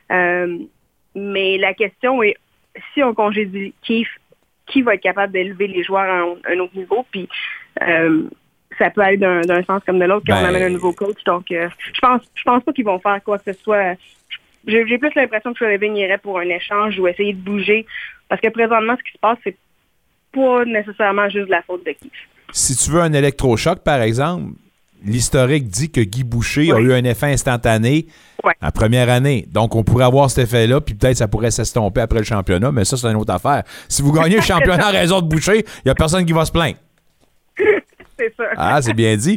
Mais la question est, si on congédie Keefe, qui va être capable d'élever les joueurs à un autre niveau? Puis ça peut aller d'un sens comme de l'autre quand on amène un nouveau coach. Donc, je pense pas qu'ils vont faire quoi que ce soit. J'ai plus l'impression que Sullivan irait pour un échange ou essayer de bouger. Parce que présentement, ce qui se passe, c'est pas nécessairement juste de la faute de Keefe. Si tu veux un électrochoc, par exemple, l'historique dit que Guy Boucher a eu un effet instantané en première année. Donc, on pourrait avoir cet effet-là, puis peut-être ça pourrait s'estomper après le championnat, mais ça, c'est une autre affaire. Si vous gagnez le championnat en raison de Boucher, il n'y a personne qui va se plaindre. C'est ça. Ah, c'est bien dit.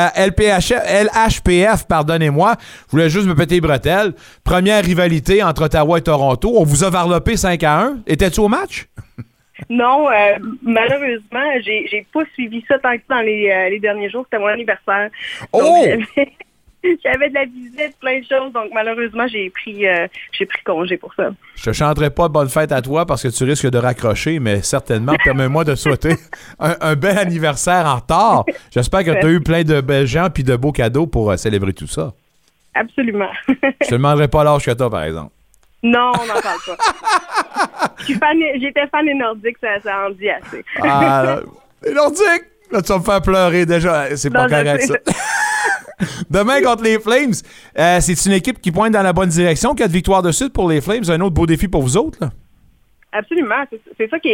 LHPF, pardonnez-moi, je voulais juste me péter les bretelles. Première rivalité entre Ottawa et Toronto. On vous a varlopé 5-1. Étais-tu au match? Non, malheureusement, j'ai pas suivi ça tant que ça dans les derniers jours. C'était mon anniversaire. Donc, j'avais de la visite, plein de choses. Donc, malheureusement, j'ai pris congé pour ça. Je te chanterai pas bonne fête à toi parce que tu risques de raccrocher, mais certainement, permets-moi de souhaiter un bel anniversaire en retard. J'espère que tu as eu plein de belles gens puis de beaux cadeaux pour célébrer tout ça. Absolument. Je te demanderai pas l'âge que tu as, par exemple. Non, on n'en parle pas. J'étais fan des Nordiques, ça en dit assez. Les Nordiques! Là, tu vas me faire pleurer déjà. C'est pas correct, ça. Demain contre les Flames, c'est une équipe qui pointe dans la bonne direction. 4 victoires de suite pour les Flames. Un autre beau défi pour vous autres, là. Absolument. C'est ça qui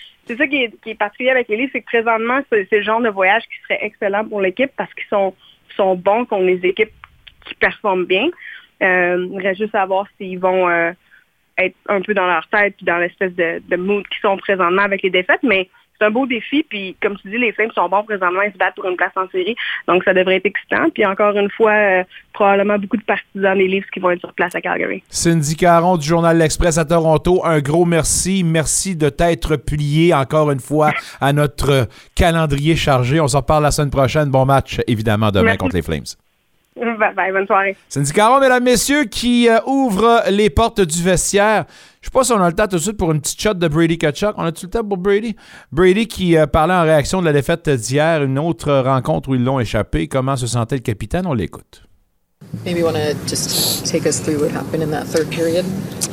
est particulier avec les Leafs, c'est que présentement, c'est le genre de voyage qui serait excellent pour l'équipe parce qu'ils sont bons contre les équipes qui performent bien. Il reste juste à voir s'ils vont être un peu dans leur tête puis dans l'espèce de mood qu'ils sont présentement avec les défaites, mais c'est un beau défi, puis comme tu dis, les Flames sont bons présentement, ils se battent pour une place en série, donc ça devrait être excitant, puis encore une fois, probablement beaucoup de partisans des Leafs qui vont être sur place à Calgary. Cindy Caron du Journal L'Express à Toronto, un gros merci. Merci de t'être plié encore une fois à notre calendrier chargé. On s'en reparle la semaine prochaine. Bon match, évidemment, demain contre les Flames. Bye, bonne soirée. Cindy Caron, mesdames, messieurs, qui ouvre les portes du vestiaire. Je sais pas si on a le temps tout de suite pour une petite shot de Brady Tkachuk. On a-tu le temps pour Brady? Brady qui parlait en réaction de la défaite d'hier, une autre rencontre où ils l'ont échappé. Comment se sentait le capitaine? On l'écoute. Maybe you want to just take us through what happened in that third period?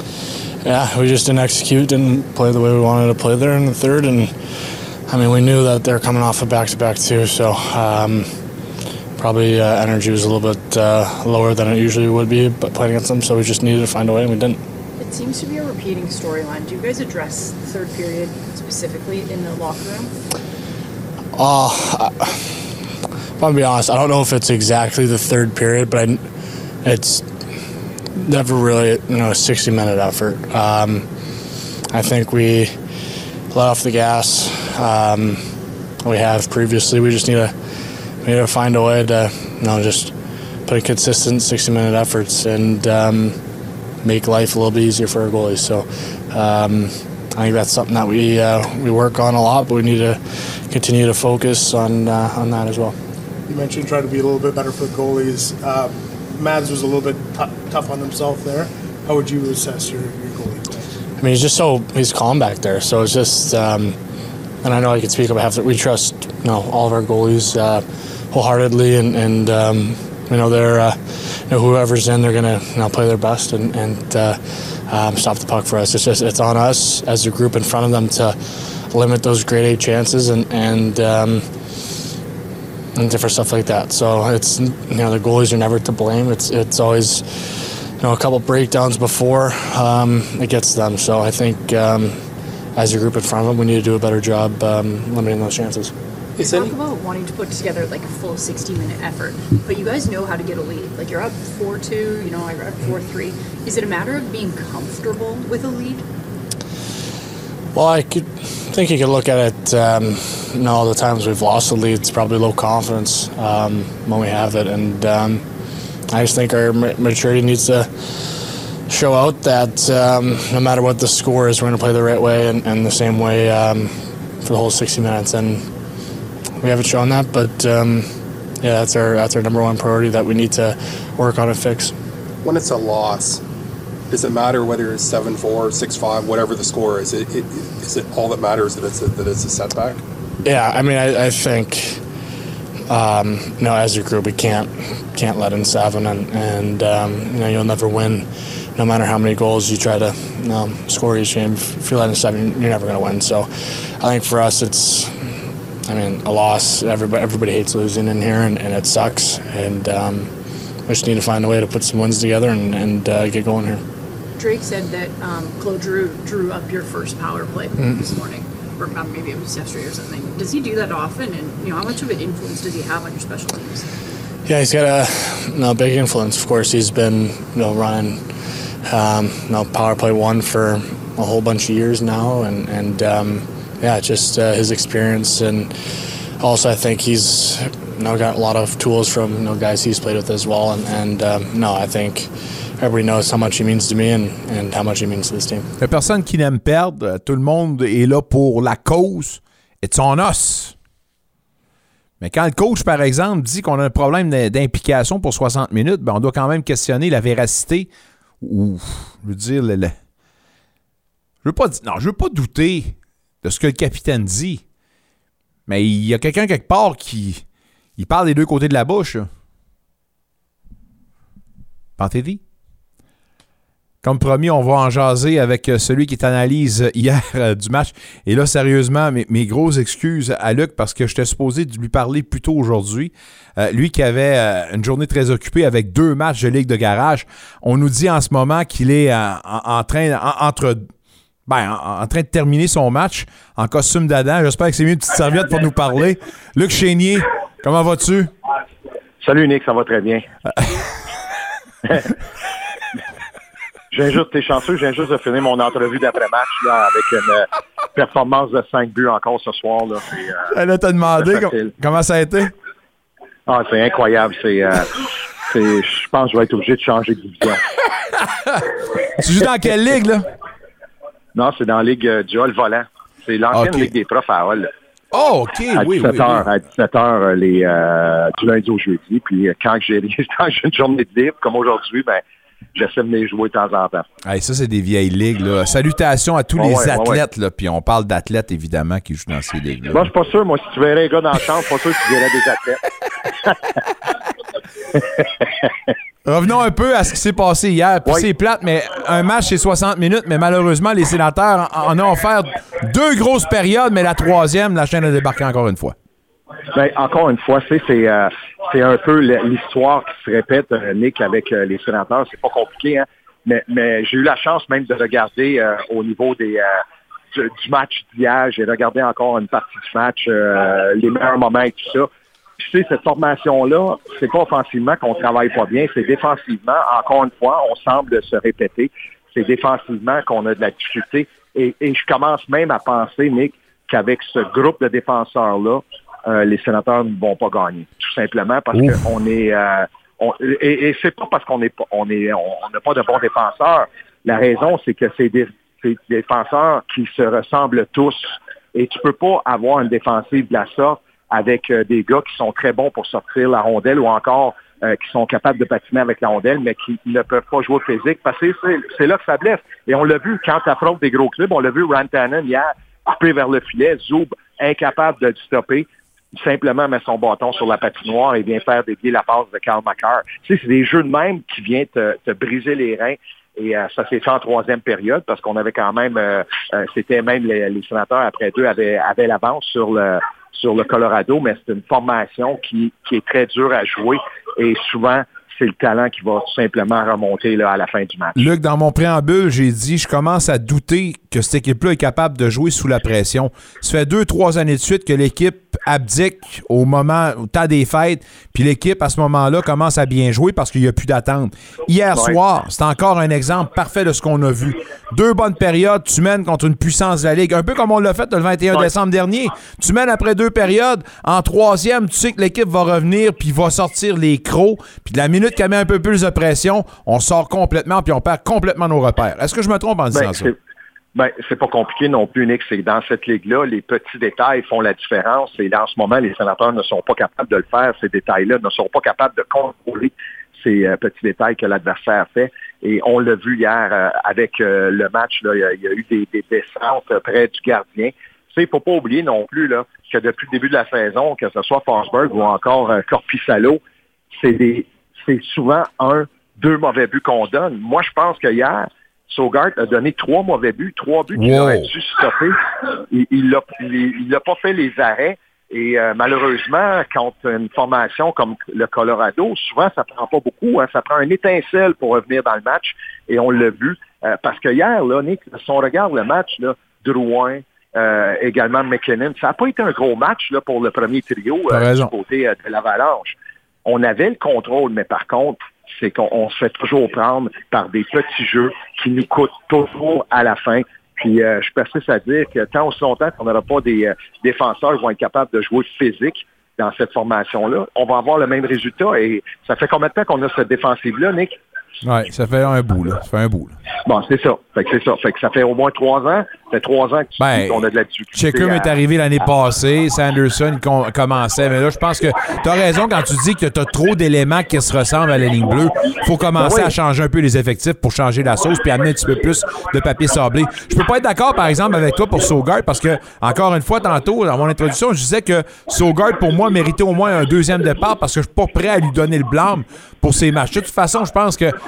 Yeah, we just didn't execute, didn't play the way we wanted to play there in the third, and I mean, we knew that they're coming off a back-to-back too, so probably energy was a little bit lower than it usually would be, but playing against them, so we just needed to find a way, and we didn't. It seems to be a repeating storyline. Do you guys address the third period specifically in the locker room? If I'm to be honest, I don't know if it's exactly the third period, but it's never really a 60-minute effort. I think we let off the gas. We have previously. We just need to find a way to just put in consistent 60-minute efforts and make life a little bit easier for our goalies. So I think that's something that we work on a lot, but we need to continue to focus on that as well. You mentioned trying to be a little bit better for the goalies. Mads was a little bit tough on himself there. How would you assess your goalie play? I mean, he's calm back there. So it's just, and I know I can speak on behalf of we trust all of our goalies wholeheartedly, and they're whoever's in, they're gonna play their best and stop the puck for us. It's on us as a group in front of them to limit those grade A chances and different stuff like that. So it's the goalies are never to blame. It's always a couple breakdowns before it gets to them. So I think as a group in front of them, we need to do a better job limiting those chances. You talk about wanting to put together like a full 60-minute effort, but you guys know how to get a lead. Like you're up 4-2, you're up 4-3. Is it a matter of being comfortable with a lead? Well, I think you could look at it. All the times we've lost the lead, it's probably low confidence when we have it, and I just think our maturity needs to show out that no matter what the score is, we're going to play the right way and the same way for the whole 60 minutes. And we haven't shown that, but that's our number one priority that we need to work on and fix. When it's a loss, does it matter whether it's 7-4, 6-5, whatever the score is? Is it all that matters that it's a setback? Yeah, I mean, I think as a group we can't let in 7, and you'll never win. No matter how many goals you try to score each game, if you let in 7, you're never going to win. So I think for us, it's a loss. Everybody hates losing in here, and it sucks. And we just need to find a way to put some wins together and get going here. Drake said that Claude drew up your first power play this morning, or maybe it was yesterday or something. Does he do that often? And how much of an influence does he have on your special teams? Yeah, he's got a big influence. Of course, he's been running power play 1 for a whole bunch of years now, and just his experience, and also I think he's got a lot of tools from guys he's played with as well, and I think everybody knows how much he means to me and how much he means to this team. Il y a personne qui n'aime perdre. Tout le monde est là pour la cause. It's on us. Mais quand le coach, par exemple, dit qu'on a un problème d'implication pour 60 minutes, on doit quand même questionner la véracité ou, je veux dire, je veux pas douter de ce que le capitaine dit, mais il y a quelqu'un quelque part qui parle des deux côtés de la bouche. Pensez-y? Comme promis, on va en jaser avec celui qui est analyse hier du match. Et là, sérieusement, mes grosses excuses à Luc parce que j'étais supposé de lui parler plus tôt aujourd'hui. Lui qui avait une journée très occupée avec 2 matchs de Ligue de garage. On nous dit en ce moment qu'il est en train de terminer son match en costume d'Adam. J'espère que c'est mieux une petite serviette pour nous parler. Luc Chénier, comment vas-tu? Salut Nick, ça va très bien. T'es chanceux, je viens juste de finir mon entrevue d'après-match là, avec une performance de 5 buts encore ce soir. Là, t'as demandé comment ça a été? Ah, c'est incroyable. Je pense que je vais être obligé de changer de division. Tu joues dans quelle ligue, là? Non, c'est dans la Ligue du Hall Volant. C'est l'ancienne Ligue des profs à Hall. Oh, OK, à 17h, À 17h, du lundi au jeudi. Puis quand j'ai une journée de libre, comme aujourd'hui, j'essaie de les jouer de temps en temps. Hey, ça, c'est des vieilles ligues. Là. Salutations à tous les athlètes. Là, puis on parle d'athlètes, évidemment, qui jouent dans ces ligues-là. Moi, je suis pas sûr. Moi, si tu verrais un gars dans la chambre, je suis pas sûr que tu verrais des athlètes. Revenons un peu à ce qui s'est passé hier. Puis c'est plate, mais un match, c'est 60 minutes. Mais malheureusement, les Sénateurs en ont offert 2 grosses périodes, mais la 3e, la chaîne a débarqué encore une fois. Encore une fois, c'est un peu l'histoire qui se répète, Nick, avec les Sénateurs. C'est pas compliqué, hein? Mais j'ai eu la chance même de regarder au niveau du match d'hier. J'ai regardé encore une partie du match, les meilleurs moments et tout ça. Puis, tu sais, cette formation-là, c'est pas offensivement qu'on travaille pas bien, c'est défensivement. Encore une fois, on semble se répéter. C'est défensivement qu'on a de la difficulté. Et je commence même à penser, Nick, qu'avec ce groupe de défenseurs-là, les Sénateurs ne vont pas gagner. Tout simplement parce qu'on est... et c'est pas parce qu'on n'a pas de bons défenseurs. La raison, c'est que c'est des défenseurs qui se ressemblent tous. Et tu peux pas avoir une défensive de la sorte avec des gars qui sont très bons pour sortir la rondelle ou encore qui sont capables de patiner avec la rondelle, mais qui ne peuvent pas jouer au physique, parce que c'est là que ça blesse. Et on l'a vu quand tu affrontes des gros clubs, on l'a vu Rantanen hier, coupé vers le filet, Zub incapable de le stopper, simplement met son bâton sur la patinoire et vient faire dévier la passe de Karl Makar. Tu sais, c'est des jeux de même qui viennent te briser les reins. Et ça s'est fait en troisième période parce qu'on avait quand même, c'était même les Sénateurs après deux avaient l'avance sur le Colorado, mais c'est une formation qui est très dure à jouer et souvent, c'est le talent qui va tout simplement remonter là, à la fin du match. Luc, dans mon préambule, j'ai dit je commence à douter que cette équipe-là est capable de jouer sous la pression. Ça fait 2-3 années de suite que l'équipe abdique au temps des fêtes, puis l'équipe, à ce moment-là, commence à bien jouer parce qu'il n'y a plus d'attente. Hier soir, c'est encore un exemple parfait de ce qu'on a vu. 2 bonnes périodes, tu mènes contre une puissance de la Ligue, un peu comme on l'a fait le 21 décembre dernier. Tu mènes après 2 périodes, en troisième, tu sais que l'équipe va revenir puis va sortir les crocs, puis de la minute qu'elle met un peu plus de pression, on sort complètement puis on perd complètement nos repères. Est-ce que je me trompe en disant ça? C'est pas compliqué non plus, Nick. C'est que dans cette ligue-là, les petits détails font la différence. Et en ce moment, les Sénateurs ne sont pas capables de le faire. Ces détails-là ne sont pas capables de contrôler ces petits détails que l'adversaire fait. Et on l'a vu hier avec le match. Là, il y a eu des descentes près du gardien. Il ne faut pas oublier non plus là, que depuis le début de la saison, que ce soit Forsberg ou encore Korpisalo, c'est souvent 2 mauvais buts qu'on donne. Moi, je pense que hier, Sogard a donné 3 mauvais buts, 3 buts qu'il aurait dû stopper. Il n'a pas fait les arrêts. Et malheureusement, contre une formation comme le Colorado, souvent, ça prend pas beaucoup. Hein, ça prend une étincelle pour revenir dans le match. Et on l'a vu. Parce que hier, là, Nick, si on regarde le match, là, Drouin, également McKinnon, ça n'a pas été un gros match là, pour le premier trio du côté de l'Avalanche. On avait le contrôle, mais par contre, c'est qu'on se fait toujours prendre par des petits jeux qui nous coûtent toujours à la fin. Puis je persiste à dire que tant aussi longtemps qu'on n'aura pas des défenseurs qui vont être capables de jouer physique dans cette formation-là, on va avoir le même résultat. Et ça fait combien de temps qu'on a cette défensive-là, Nick? Oui, ça fait un bout, là. Bon, c'est ça. Fait que ça fait au moins 3 ans. Ça fait 3 ans qu'on a de la difficulté. Checkum est arrivé l'année passée. Sanderson commençait. Mais là, je pense que tu as raison quand tu dis que tu as trop d'éléments qui se ressemblent à la ligne bleue. Il faut commencer à changer un peu les effectifs pour changer la sauce puis amener un petit peu plus de papier sablé. Je peux pas être d'accord, par exemple, avec toi pour Sogard parce que, encore une fois, tantôt, dans mon introduction, je disais que Sogard, pour moi, méritait au moins un 2e départ parce que je suis pas prêt à lui donner le blâme pour ses matchs. De toute façon, je pense que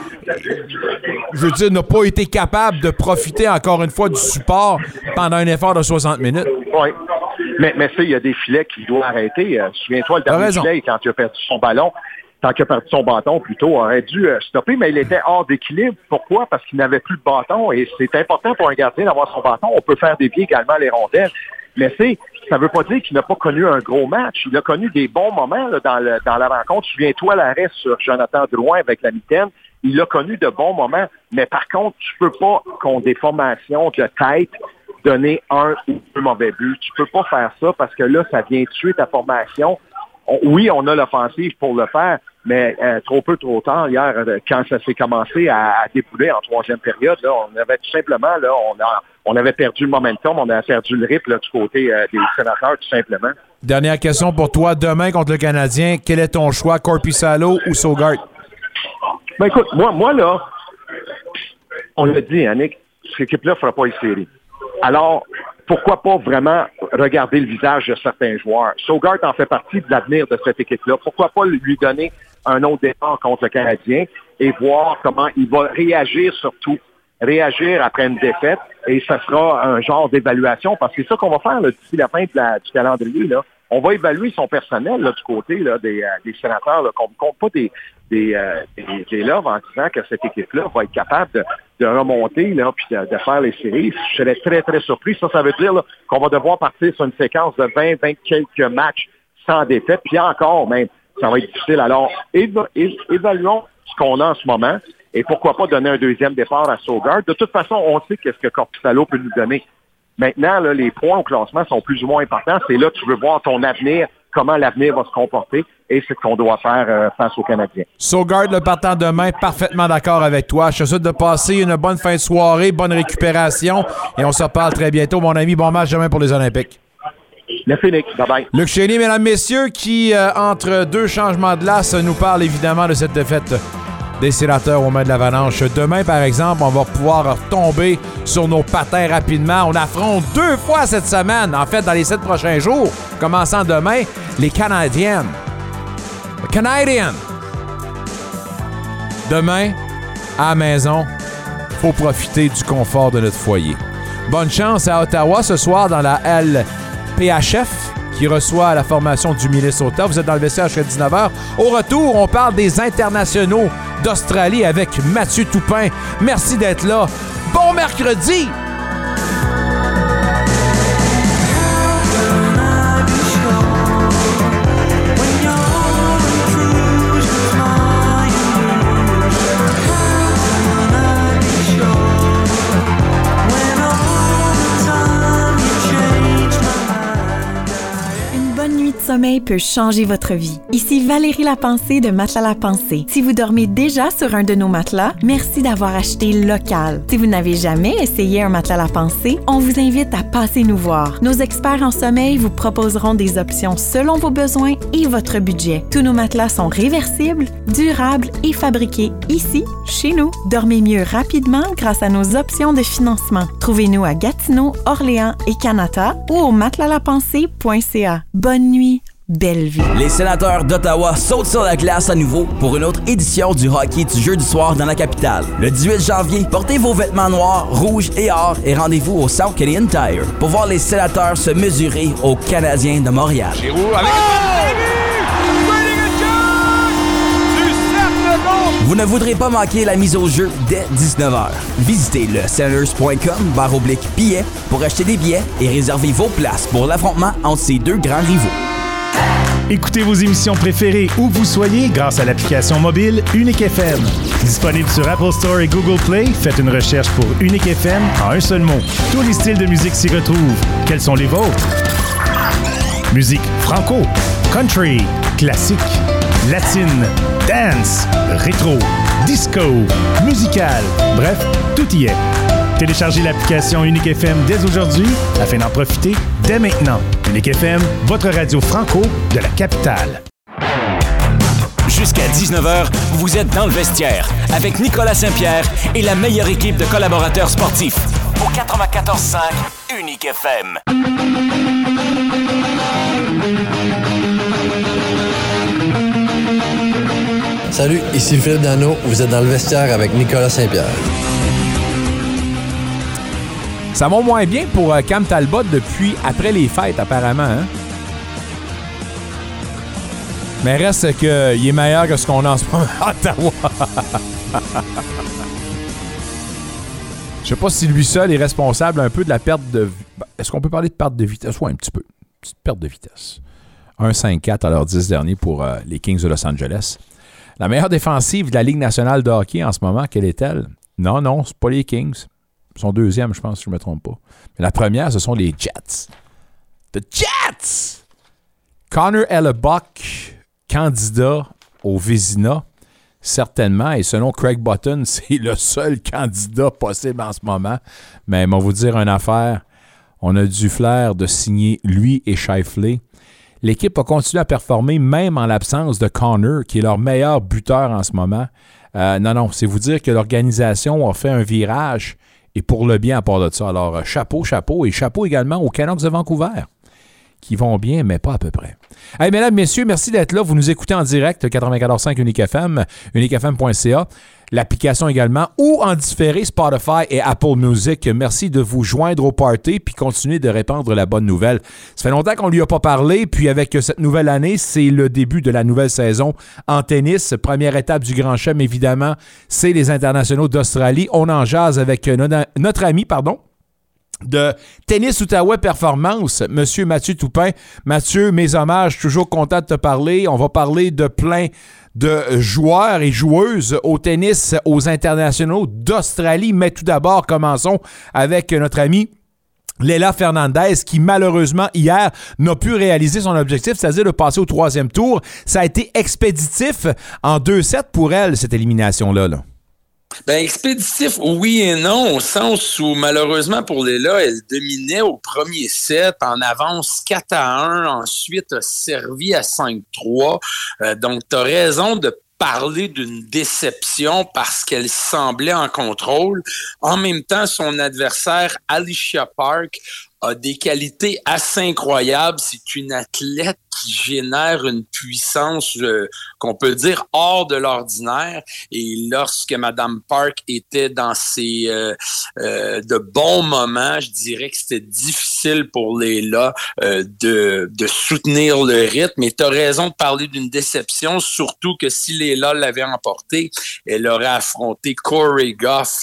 je veux dire, n'a pas été capable de profiter encore une fois du support pendant un effort de 60 minutes. Oui. Mais ça, il y a des filets qu'il doit arrêter. Souviens-toi, le dernier filet, quand il a perdu son ballon, plutôt, aurait dû stopper, mais il était hors d'équilibre. Pourquoi? Parce qu'il n'avait plus de bâton et c'est important pour un gardien d'avoir son bâton. On peut faire dévier également les rondelles. Mais ça ne veut pas dire qu'il n'a pas connu un gros match. Il a connu des bons moments là, dans la rencontre. Souviens-toi l'arrêt sur Jonathan Drouin avec la mitaine. Il a connu de bons moments, mais par contre, tu peux pas, contre des formations de tête, donner 1 ou 2 mauvais buts. Tu peux pas faire ça parce que là, ça vient tuer ta formation. Oui, on a l'offensive pour le faire, mais trop peu, trop tard, hier, quand ça s'est commencé à débouler en 3e période, là, on avait tout simplement, là, on avait perdu le momentum, on avait perdu le rythme là, du côté des Sénateurs, tout simplement. Dernière question pour toi. Demain, contre le Canadien, quel est ton choix, Korpisalo ou Sogard? Ben écoute, moi là, on l'a dit, Yannick, cette équipe-là ne fera pas une série. Alors, pourquoi pas vraiment regarder le visage de certains joueurs? Sogard en fait partie de l'avenir de cette équipe-là. Pourquoi pas lui donner un autre départ contre le Canadien et voir comment il va réagir surtout. Réagir après une défaite et ça sera un genre d'évaluation parce que c'est ça qu'on va faire là, d'ici la fin du calendrier. Là. On va évaluer son personnel là, du côté là, des sénateurs, là, qu'on ne compte pas des loves en disant que cette équipe-là va être capable de remonter là, puis de faire les séries. Je serais très, très surpris. Ça veut dire là, qu'on va devoir partir sur une séquence de 20 quelques matchs sans défaite. Puis encore, même, ça va être difficile. Alors, évaluons ce qu'on a en ce moment et pourquoi pas donner un deuxième départ à Sogaard. De toute façon, on sait qu'est-ce que Korpisalo peut nous donner. Maintenant, là, les points au classement sont plus ou moins importants. C'est là que tu veux voir ton avenir, comment l'avenir va se comporter, et c'est ce qu'on doit faire face aux Canadiens. Sogaard, le partant demain, parfaitement d'accord avec toi. Je te souhaite de passer une bonne fin de soirée, bonne récupération, et on se reparle très bientôt, mon ami. Bon match demain pour les Olympiques. Le Phoenix, bye-bye. Luc Chénier, mesdames, messieurs, qui, entre deux changements de glace, nous parle évidemment de cette défaite des Sénateurs aux mains de l'Avalanche. Demain, par exemple, on va pouvoir tomber sur nos patins rapidement. On affronte 2 fois cette semaine, en fait, dans les 7 prochains jours, commençant demain, les Canadiennes. Les Canadiens. Demain, à la maison, faut profiter du confort de notre foyer. Bonne chance à Ottawa ce soir dans la LPHF, qui reçoit la formation du Minnesota. Vous êtes dans le vestiaire jusqu'à 19h. Au retour, on parle des internationaux d'Australie avec Mathieu Toupin. Merci d'être là. Bon mercredi! Sommeil peut changer votre vie. Ici Valérie Lapensée de Matelas Lapensée. Si vous dormez déjà sur un de nos matelas, merci d'avoir acheté local. Si vous n'avez jamais essayé un matelas Lapensée, on vous invite à passer nous voir. Nos experts en sommeil vous proposeront des options selon vos besoins et votre budget. Tous nos matelas sont réversibles, durables et fabriqués ici, chez nous. Dormez mieux rapidement grâce à nos options de financement. Trouvez-nous à Gatineau, Orléans et Canada ou au matelaslapensée.ca. Bonne nuit. Belle vie. Les Sénateurs d'Ottawa sautent sur la glace à nouveau pour une autre édition du hockey du jeudi soir dans la capitale. Le 18 janvier, portez vos vêtements noirs, rouges et or et rendez-vous au South Canadian Tire pour voir les Sénateurs se mesurer aux Canadiens de Montréal. Vous ne voudrez pas manquer la mise au jeu dès 19h. Visitez le Senators.com/billets pour acheter des billets et réserver vos places pour l'affrontement entre ces deux grands rivaux. Écoutez vos émissions préférées où que vous soyez grâce à l'application mobile Unique FM. Disponible sur Apple Store et Google Play, faites une recherche pour Unique FM en un seul mot. Tous les styles de musique s'y retrouvent. Quels sont les vôtres? Musique franco, country, classique, latine, dance, rétro, disco, musical, bref, tout y est. Téléchargez l'application Unique FM dès aujourd'hui afin d'en profiter dès maintenant. Unique FM, votre radio franco de la capitale. Jusqu'à 19h, vous êtes dans le vestiaire avec Nicolas Saint-Pierre et la meilleure équipe de collaborateurs sportifs. Au 94.5 Unique FM. Salut, ici Philippe Dano. Vous êtes dans le vestiaire avec Nicolas Saint-Pierre. Ça va moins bien pour Cam Talbot depuis après les fêtes, apparemment. Hein? Mais reste qu'il est meilleur que ce qu'on a en ce moment à Ottawa. Je sais pas si lui seul est responsable un peu de la perte de... Est-ce qu'on peut parler de perte de vitesse? Oui, un petit peu. Petite perte de vitesse. 1,54 à leurs 10 derniers pour les Kings de Los Angeles. La meilleure défensive de la Ligue nationale de hockey en ce moment, quelle est-elle? Non, c'est pas les Kings. Ils sont deuxième, je pense, si je ne me trompe pas. Mais la première, ce sont les Jets. The Jets! Connor Hellebuck, candidat au Vézina, certainement. Et selon Craig Button, c'est le seul candidat possible en ce moment. Mais on va vous dire une affaire. On a du flair de signer lui et Scheifele. L'équipe a continué à performer même en l'absence de Connor, qui est leur meilleur buteur en ce moment. Non, c'est vous dire que l'organisation a fait un virage et pour le bien à part de ça. Alors, chapeau, et chapeau également aux Canucks de Vancouver, qui vont bien, mais pas à peu près. Hey, mesdames, messieurs, merci d'être là. Vous nous écoutez en direct, 94.5 Unique FM, uniquefm.ca. l'application également, ou en différé Spotify et Apple Music. Merci de vous joindre au party puis continuer de répandre la bonne nouvelle. Ça fait longtemps qu'on lui a pas parlé, puis avec cette nouvelle année, c'est le début de la nouvelle saison en tennis. Première étape du Grand Chelem, évidemment, c'est les internationaux d'Australie. On en jase avec notre ami, de Tennis Outaouais Performance, Monsieur Mathieu Toupin. Mathieu, mes hommages, toujours content de te parler. On va parler de plein de joueurs et joueuses au tennis aux internationaux d'Australie. Mais tout d'abord, commençons avec notre ami Leylah Fernandez, qui malheureusement hier n'a pu réaliser son objectif, c'est-à-dire de passer au 3e tour. Ça a été expéditif en 2-7 pour elle, cette élimination-là. Ben, expéditif, oui et non, au sens où, malheureusement, pour Leylah, elle dominait au premier set, en avance 4-1, ensuite a servi à 5-3. Donc, tu as raison de parler d'une déception parce qu'elle semblait en contrôle. En même temps, son adversaire, Alicia Park, a des qualités assez incroyables. C'est une athlète qui génère une puissance qu'on peut dire hors de l'ordinaire. Et lorsque Mme Park était dans ses de bons moments, je dirais que c'était difficile pour Leylah de soutenir le rythme. Et tu as raison de parler d'une déception, surtout que si Leylah l'avait emporté, elle aurait affronté Corey Goff,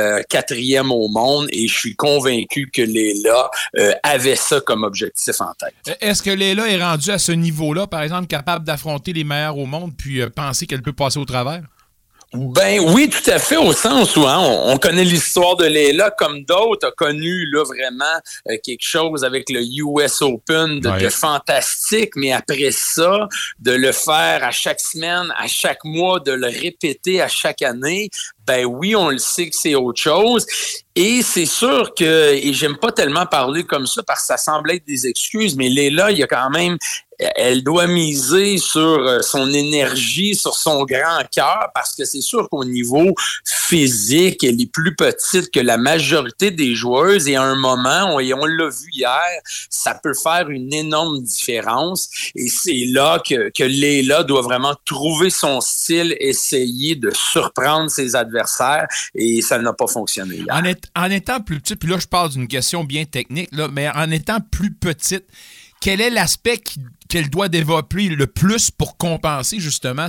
4e au monde. Et je suis convaincu que Leylah avait ça comme objectif en tête. Est-ce que Leylah est rendue à ce niveau-là, par exemple, capable d'affronter les meilleurs au monde puis penser qu'elle peut passer au travers? Ben oui, tout à fait, au sens où on connaît l'histoire de Leylah comme d'autres, a connu là vraiment quelque chose avec le US Open de fantastique, mais après ça, de le faire à chaque semaine, à chaque mois, de le répéter à chaque année, ben oui, on le sait que c'est autre chose. Et c'est sûr que, et j'aime pas tellement parler comme ça parce que ça semble être des excuses, mais Leylah, il y a quand même, elle doit miser sur son énergie, sur son grand cœur, parce que c'est sûr qu'au niveau physique, elle est plus petite que la majorité des joueuses et à un moment, et on l'a vu hier, ça peut faire une énorme différence. Et c'est là que Leylah doit vraiment trouver son style, essayer de surprendre ses adversaires et ça n'a pas fonctionné hier. En étant plus petite, puis là je parle d'une question bien technique, là, mais en étant plus petite, quel est l'aspect qu'elle doit développer le plus pour compenser justement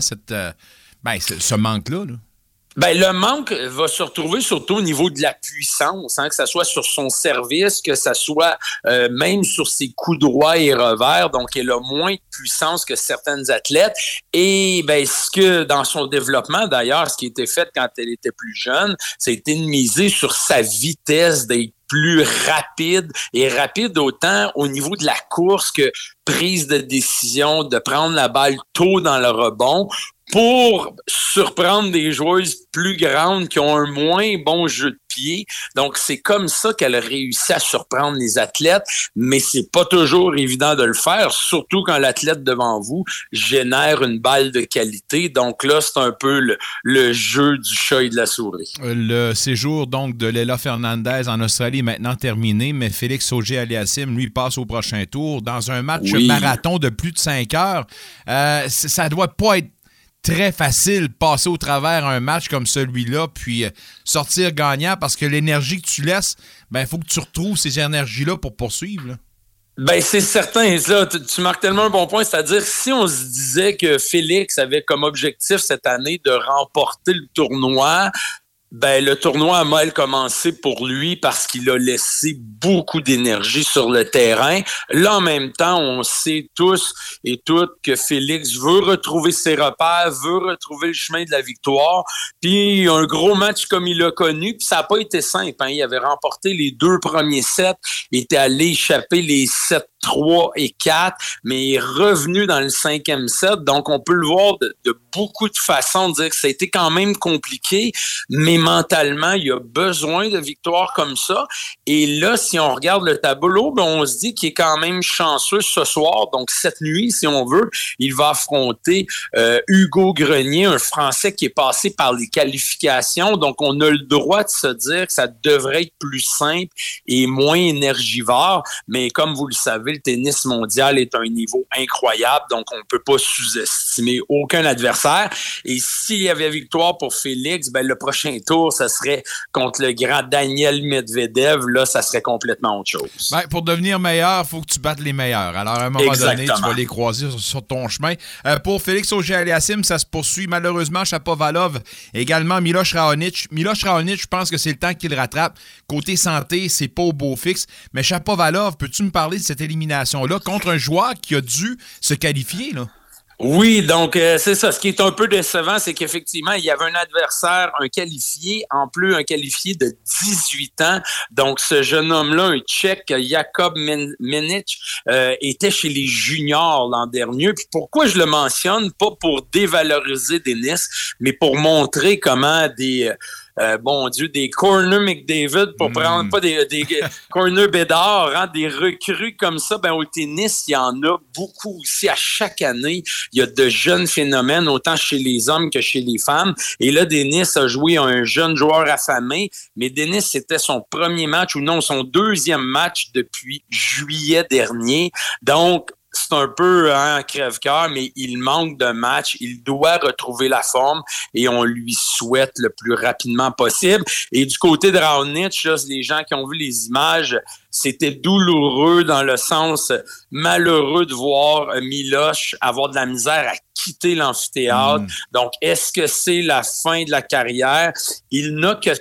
ce manque-là? Là? Ben, le manque va se retrouver surtout au niveau de la puissance, que ça soit sur son service, que ça soit même sur ses coups droits et revers. Donc, elle a moins de puissance que certaines athlètes. Et ben, ce que dans son développement, d'ailleurs, ce qui a été fait quand elle était plus jeune, ça a été de miser sur sa vitesse, d'être plus rapide, et rapide autant au niveau de la course que prise de décision, de prendre la balle tôt dans le rebond, pour surprendre des joueuses plus grandes qui ont un moins bon jeu de pied. Donc, c'est comme ça qu'elle a réussi à surprendre les athlètes, mais c'est pas toujours évident de le faire, surtout quand l'athlète devant vous génère une balle de qualité. Donc là, c'est un peu le jeu du chat et de la souris. Le séjour donc de Leylah Fernandez en Australie est maintenant terminé, mais Félix Auger-Aliassime, lui, passe au prochain tour dans un match marathon de plus de 5 heures. Ça doit pas être très facile passer au travers un match comme celui-là, puis sortir gagnant, parce que l'énergie que tu laisses, ben il faut que tu retrouves ces énergies-là pour poursuivre. Là. Ben c'est certain. Là, tu marques tellement un bon point, c'est-à-dire si on se disait que Félix avait comme objectif cette année de remporter le tournoi, ben le tournoi a mal commencé pour lui parce qu'il a laissé beaucoup d'énergie sur le terrain. Là, en même temps, on sait tous et toutes que Félix veut retrouver ses repères, veut retrouver le chemin de la victoire. Puis un gros match comme il l'a connu, puis ça n'a pas été simple. Il avait remporté les 2 premiers sets, il était allé échapper les 7-3 et 4, mais il est revenu dans le 5e set. Donc, on peut le voir de beaucoup de façons, de dire que ça a été quand même compliqué, mais mentalement, il a besoin de victoires comme ça. Et là, si on regarde le tableau, ben, on se dit qu'il est quand même chanceux ce soir. Donc, cette nuit, si on veut, il va affronter Hugo Grenier, un Français qui est passé par les qualifications. Donc, on a le droit de se dire que ça devrait être plus simple et moins énergivore. Mais comme vous le savez, le tennis mondial est à un niveau incroyable. Donc, on ne peut pas sous-estimer aucun adversaire. Et s'il y avait victoire pour Félix, ben, le prochain tour, ça serait contre le grand Daniel Medvedev. Là, ça serait complètement autre chose. Ben, pour devenir meilleur, il faut que tu battes les meilleurs. Alors, à un moment donné, tu vas les croiser sur ton chemin. Pour Félix Auger-Aliassime, ça se poursuit. Malheureusement, Shapovalov, également Miloš Raonic. Miloš Raonic, je pense que c'est le temps qu'il rattrape. Côté santé, c'est pas au beau fixe. Mais Shapovalov, peux-tu me parler de cette élimination-là contre un joueur qui a dû se qualifier, là? Oui, donc c'est ça. Ce qui est un peu décevant, c'est qu'effectivement, il y avait un adversaire, un qualifié, en plus un qualifié de 18 ans. Donc, ce jeune homme-là, un Tchèque, Jakub Menic, était chez les juniors l'an dernier. Puis pourquoi je le mentionne? Pas pour dévaloriser Denis, mais pour montrer comment des Corner McDavid, pour prendre pas des Corner Bédard, hein, des recrues comme ça, ben au tennis, il y en a beaucoup aussi. À chaque année, il y a de jeunes phénomènes, autant chez les hommes que chez les femmes. Et là, Denis a joué un jeune joueur affamé, mais Denis, c'était son premier match, ou non, son deuxième match depuis juillet dernier. Donc, c'est un peu crève-cœur, mais il manque de match. Il doit retrouver la forme et on lui souhaite le plus rapidement possible. Et du côté de Raonic, là, les gens qui ont vu les images, c'était douloureux dans le sens malheureux de voir Miloš avoir de la misère à quitter l'amphithéâtre. Donc, est-ce que c'est la fin de la carrière? Il n'a que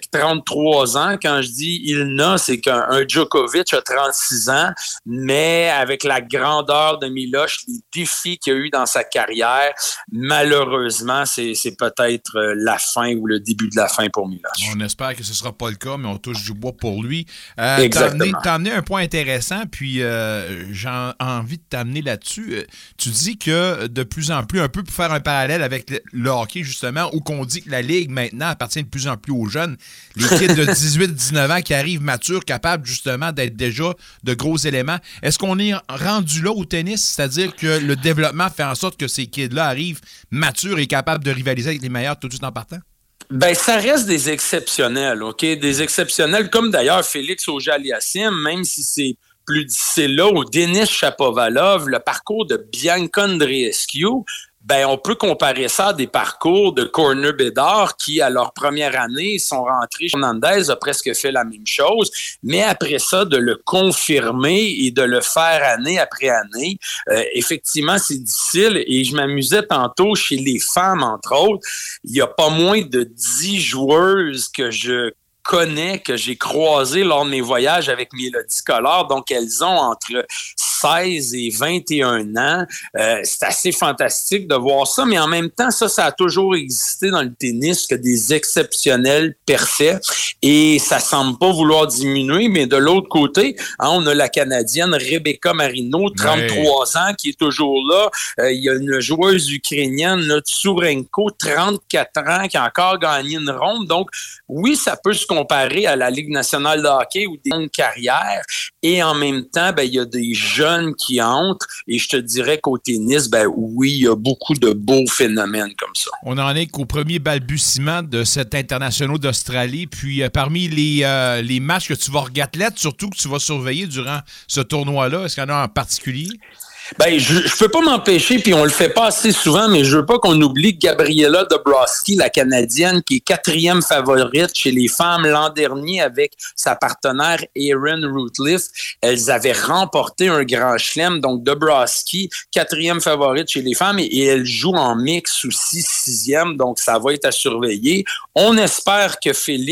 33 ans. Quand je dis il n'a, c'est qu'un Djokovic a 36 ans, mais avec la grandeur de Miloš, les défis qu'il a eu dans sa carrière, malheureusement, c'est peut-être la fin ou le début de la fin pour Miloš. On espère que ce ne sera pas le cas, mais on touche du bois pour lui. Exactement. T'as amené un point intéressant, puis j'ai envie de t'amener là-dessus. Tu dis que de plus en plus, un peu pour faire un parallèle avec le hockey, justement, où qu'on dit que la Ligue, maintenant, appartient de plus en plus aux jeunes. Les kids de 18-19 ans qui arrivent matures, capables, justement, d'être déjà de gros éléments. Est-ce qu'on est rendu là au tennis? C'est-à-dire que le développement fait en sorte que ces kids-là arrivent matures et capables de rivaliser avec les meilleurs tout de suite en partant? Ben, ça reste des exceptionnels, OK? Des exceptionnels, comme d'ailleurs Félix Auger-Aliassime, même si c'est plus difficile là, ou Denis Shapovalov, le parcours de Bianca Andreescu, ben, on peut comparer ça à des parcours de Corner Bédard qui, à leur première année, sont rentrés. Hernandez a presque fait la même chose, mais après ça, de le confirmer et de le faire année après année, effectivement, c'est difficile. Et je m'amusais tantôt chez les femmes, entre autres, il n'y a pas moins de 10 joueuses que je connais, que j'ai croisé lors de mes voyages avec Mélodie Collard. Donc, elles ont entre 16 et 21 ans. C'est assez fantastique de voir ça, mais en même temps, ça a toujours existé dans le tennis, que des exceptionnels percés, et ça semble pas vouloir diminuer, mais de l'autre côté, on a la Canadienne Rebecca Marino, 33 ans, qui est toujours là. Il y a une joueuse ukrainienne, Tsurenko, 34 ans, qui a encore gagné une ronde. Donc, oui, ça peut se comparer à la Ligue nationale de hockey ou des longues carrières. Et en même temps, ben, il y a des jeunes qui entrent. Et je te dirais qu'au tennis, ben oui, il y a beaucoup de beaux phénomènes comme ça. On en est qu'au premier balbutiement de cet international d'Australie. Puis parmi les matchs que tu vas regarder, surtout que tu vas surveiller durant ce tournoi-là, est-ce qu'il y en a en particulier? Ben, je peux pas m'empêcher, puis on le fait pas assez souvent, mais je veux pas qu'on oublie Gabriela Dabrowski, la Canadienne, qui est 4e favorite chez les femmes l'an dernier avec sa partenaire Erin Routliffe. Elles avaient remporté un grand chelem, donc Dabrowski, 4e favorite chez les femmes, et elle joue en mix aussi 6e, donc ça va être à surveiller. On espère que Félix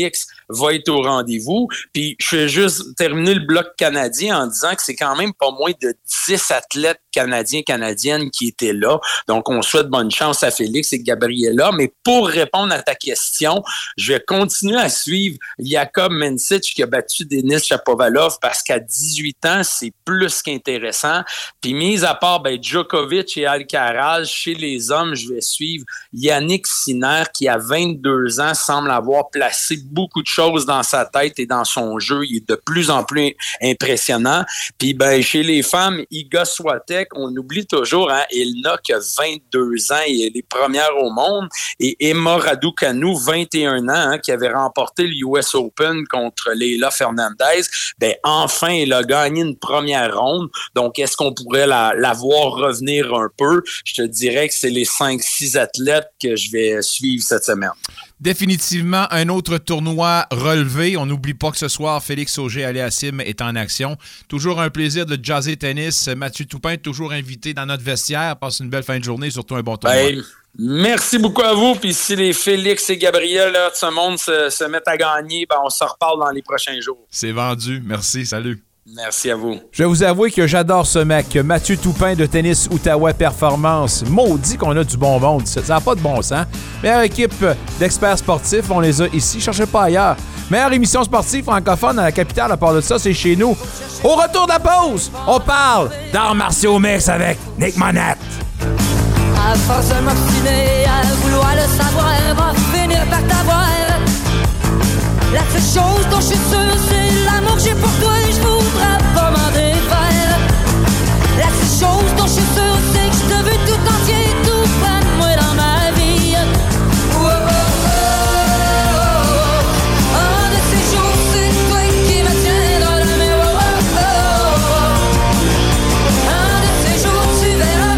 va être au rendez-vous. Puis je vais juste terminer le bloc canadien en disant que c'est quand même pas moins de 10 athlètes canadiennes qui étaient là. Donc, on souhaite bonne chance à Félix et Gabriela. Mais pour répondre à ta question, je vais continuer à suivre Jakub Mensik qui a battu Denis Shapovalov parce qu'à 18 ans, c'est plus qu'intéressant. Puis, mis à part Djokovic et Alcaraz, chez les hommes, je vais suivre Yannick Sinner qui, à 22 ans, semble avoir placé beaucoup de choses dans sa tête et dans son jeu. Il est de plus en plus impressionnant. Puis, chez les femmes, Iga Swiatek, on oublie toujours, Elna qui a 22 ans et elle est première au monde, et Emma Raducanu, 21 ans, qui avait remporté l'US Open contre Leila Fernandez. Enfin, elle a gagné une première ronde. Donc, est-ce qu'on pourrait la voir revenir un peu? Je te dirais que c'est les 5-6 athlètes que je vais suivre cette semaine. Définitivement, un autre tournoi relevé. On n'oublie pas que ce soir, Félix Auger-Aliassime est en action. Toujours un plaisir de jaser tennis. Mathieu Toupin, toujours invité dans notre vestiaire. Passe une belle fin de journée, surtout un bon tournoi. Merci beaucoup à vous. Puis si les Félix et Gabriel de ce monde se mettent à gagner, on se reparle dans les prochains jours. C'est vendu. Merci. Salut. Merci à vous. Je vais vous avouer que j'adore ce mec, Mathieu Toupin de Tennis Outaouais Performance. Maudit qu'on a du bon monde. Ça n'a pas de bon sens. Meilleure équipe d'experts sportifs, on les a ici. Cherchez pas ailleurs. Meilleure émission sportive francophone dans la capitale, à part de ça, c'est chez nous. Au retour de la pause, on parle d'arts martiaux mix avec Nick Monette. À force de m'obstiner à vouloir le savoir, va finir par t'avoir. La seule chose dont je suis sûr, c'est l'amour que j'ai pour toi et je voudrais pas m'en défaire. La seule chose dont je suis sûr, c'est que je te veux tout entier, tout près de moi dans ma vie. Oh, oh, oh, oh. Un de ces jours, c'est toi qui me tiens dans la main. Oh, oh, oh. Un de ces jours, tu verras.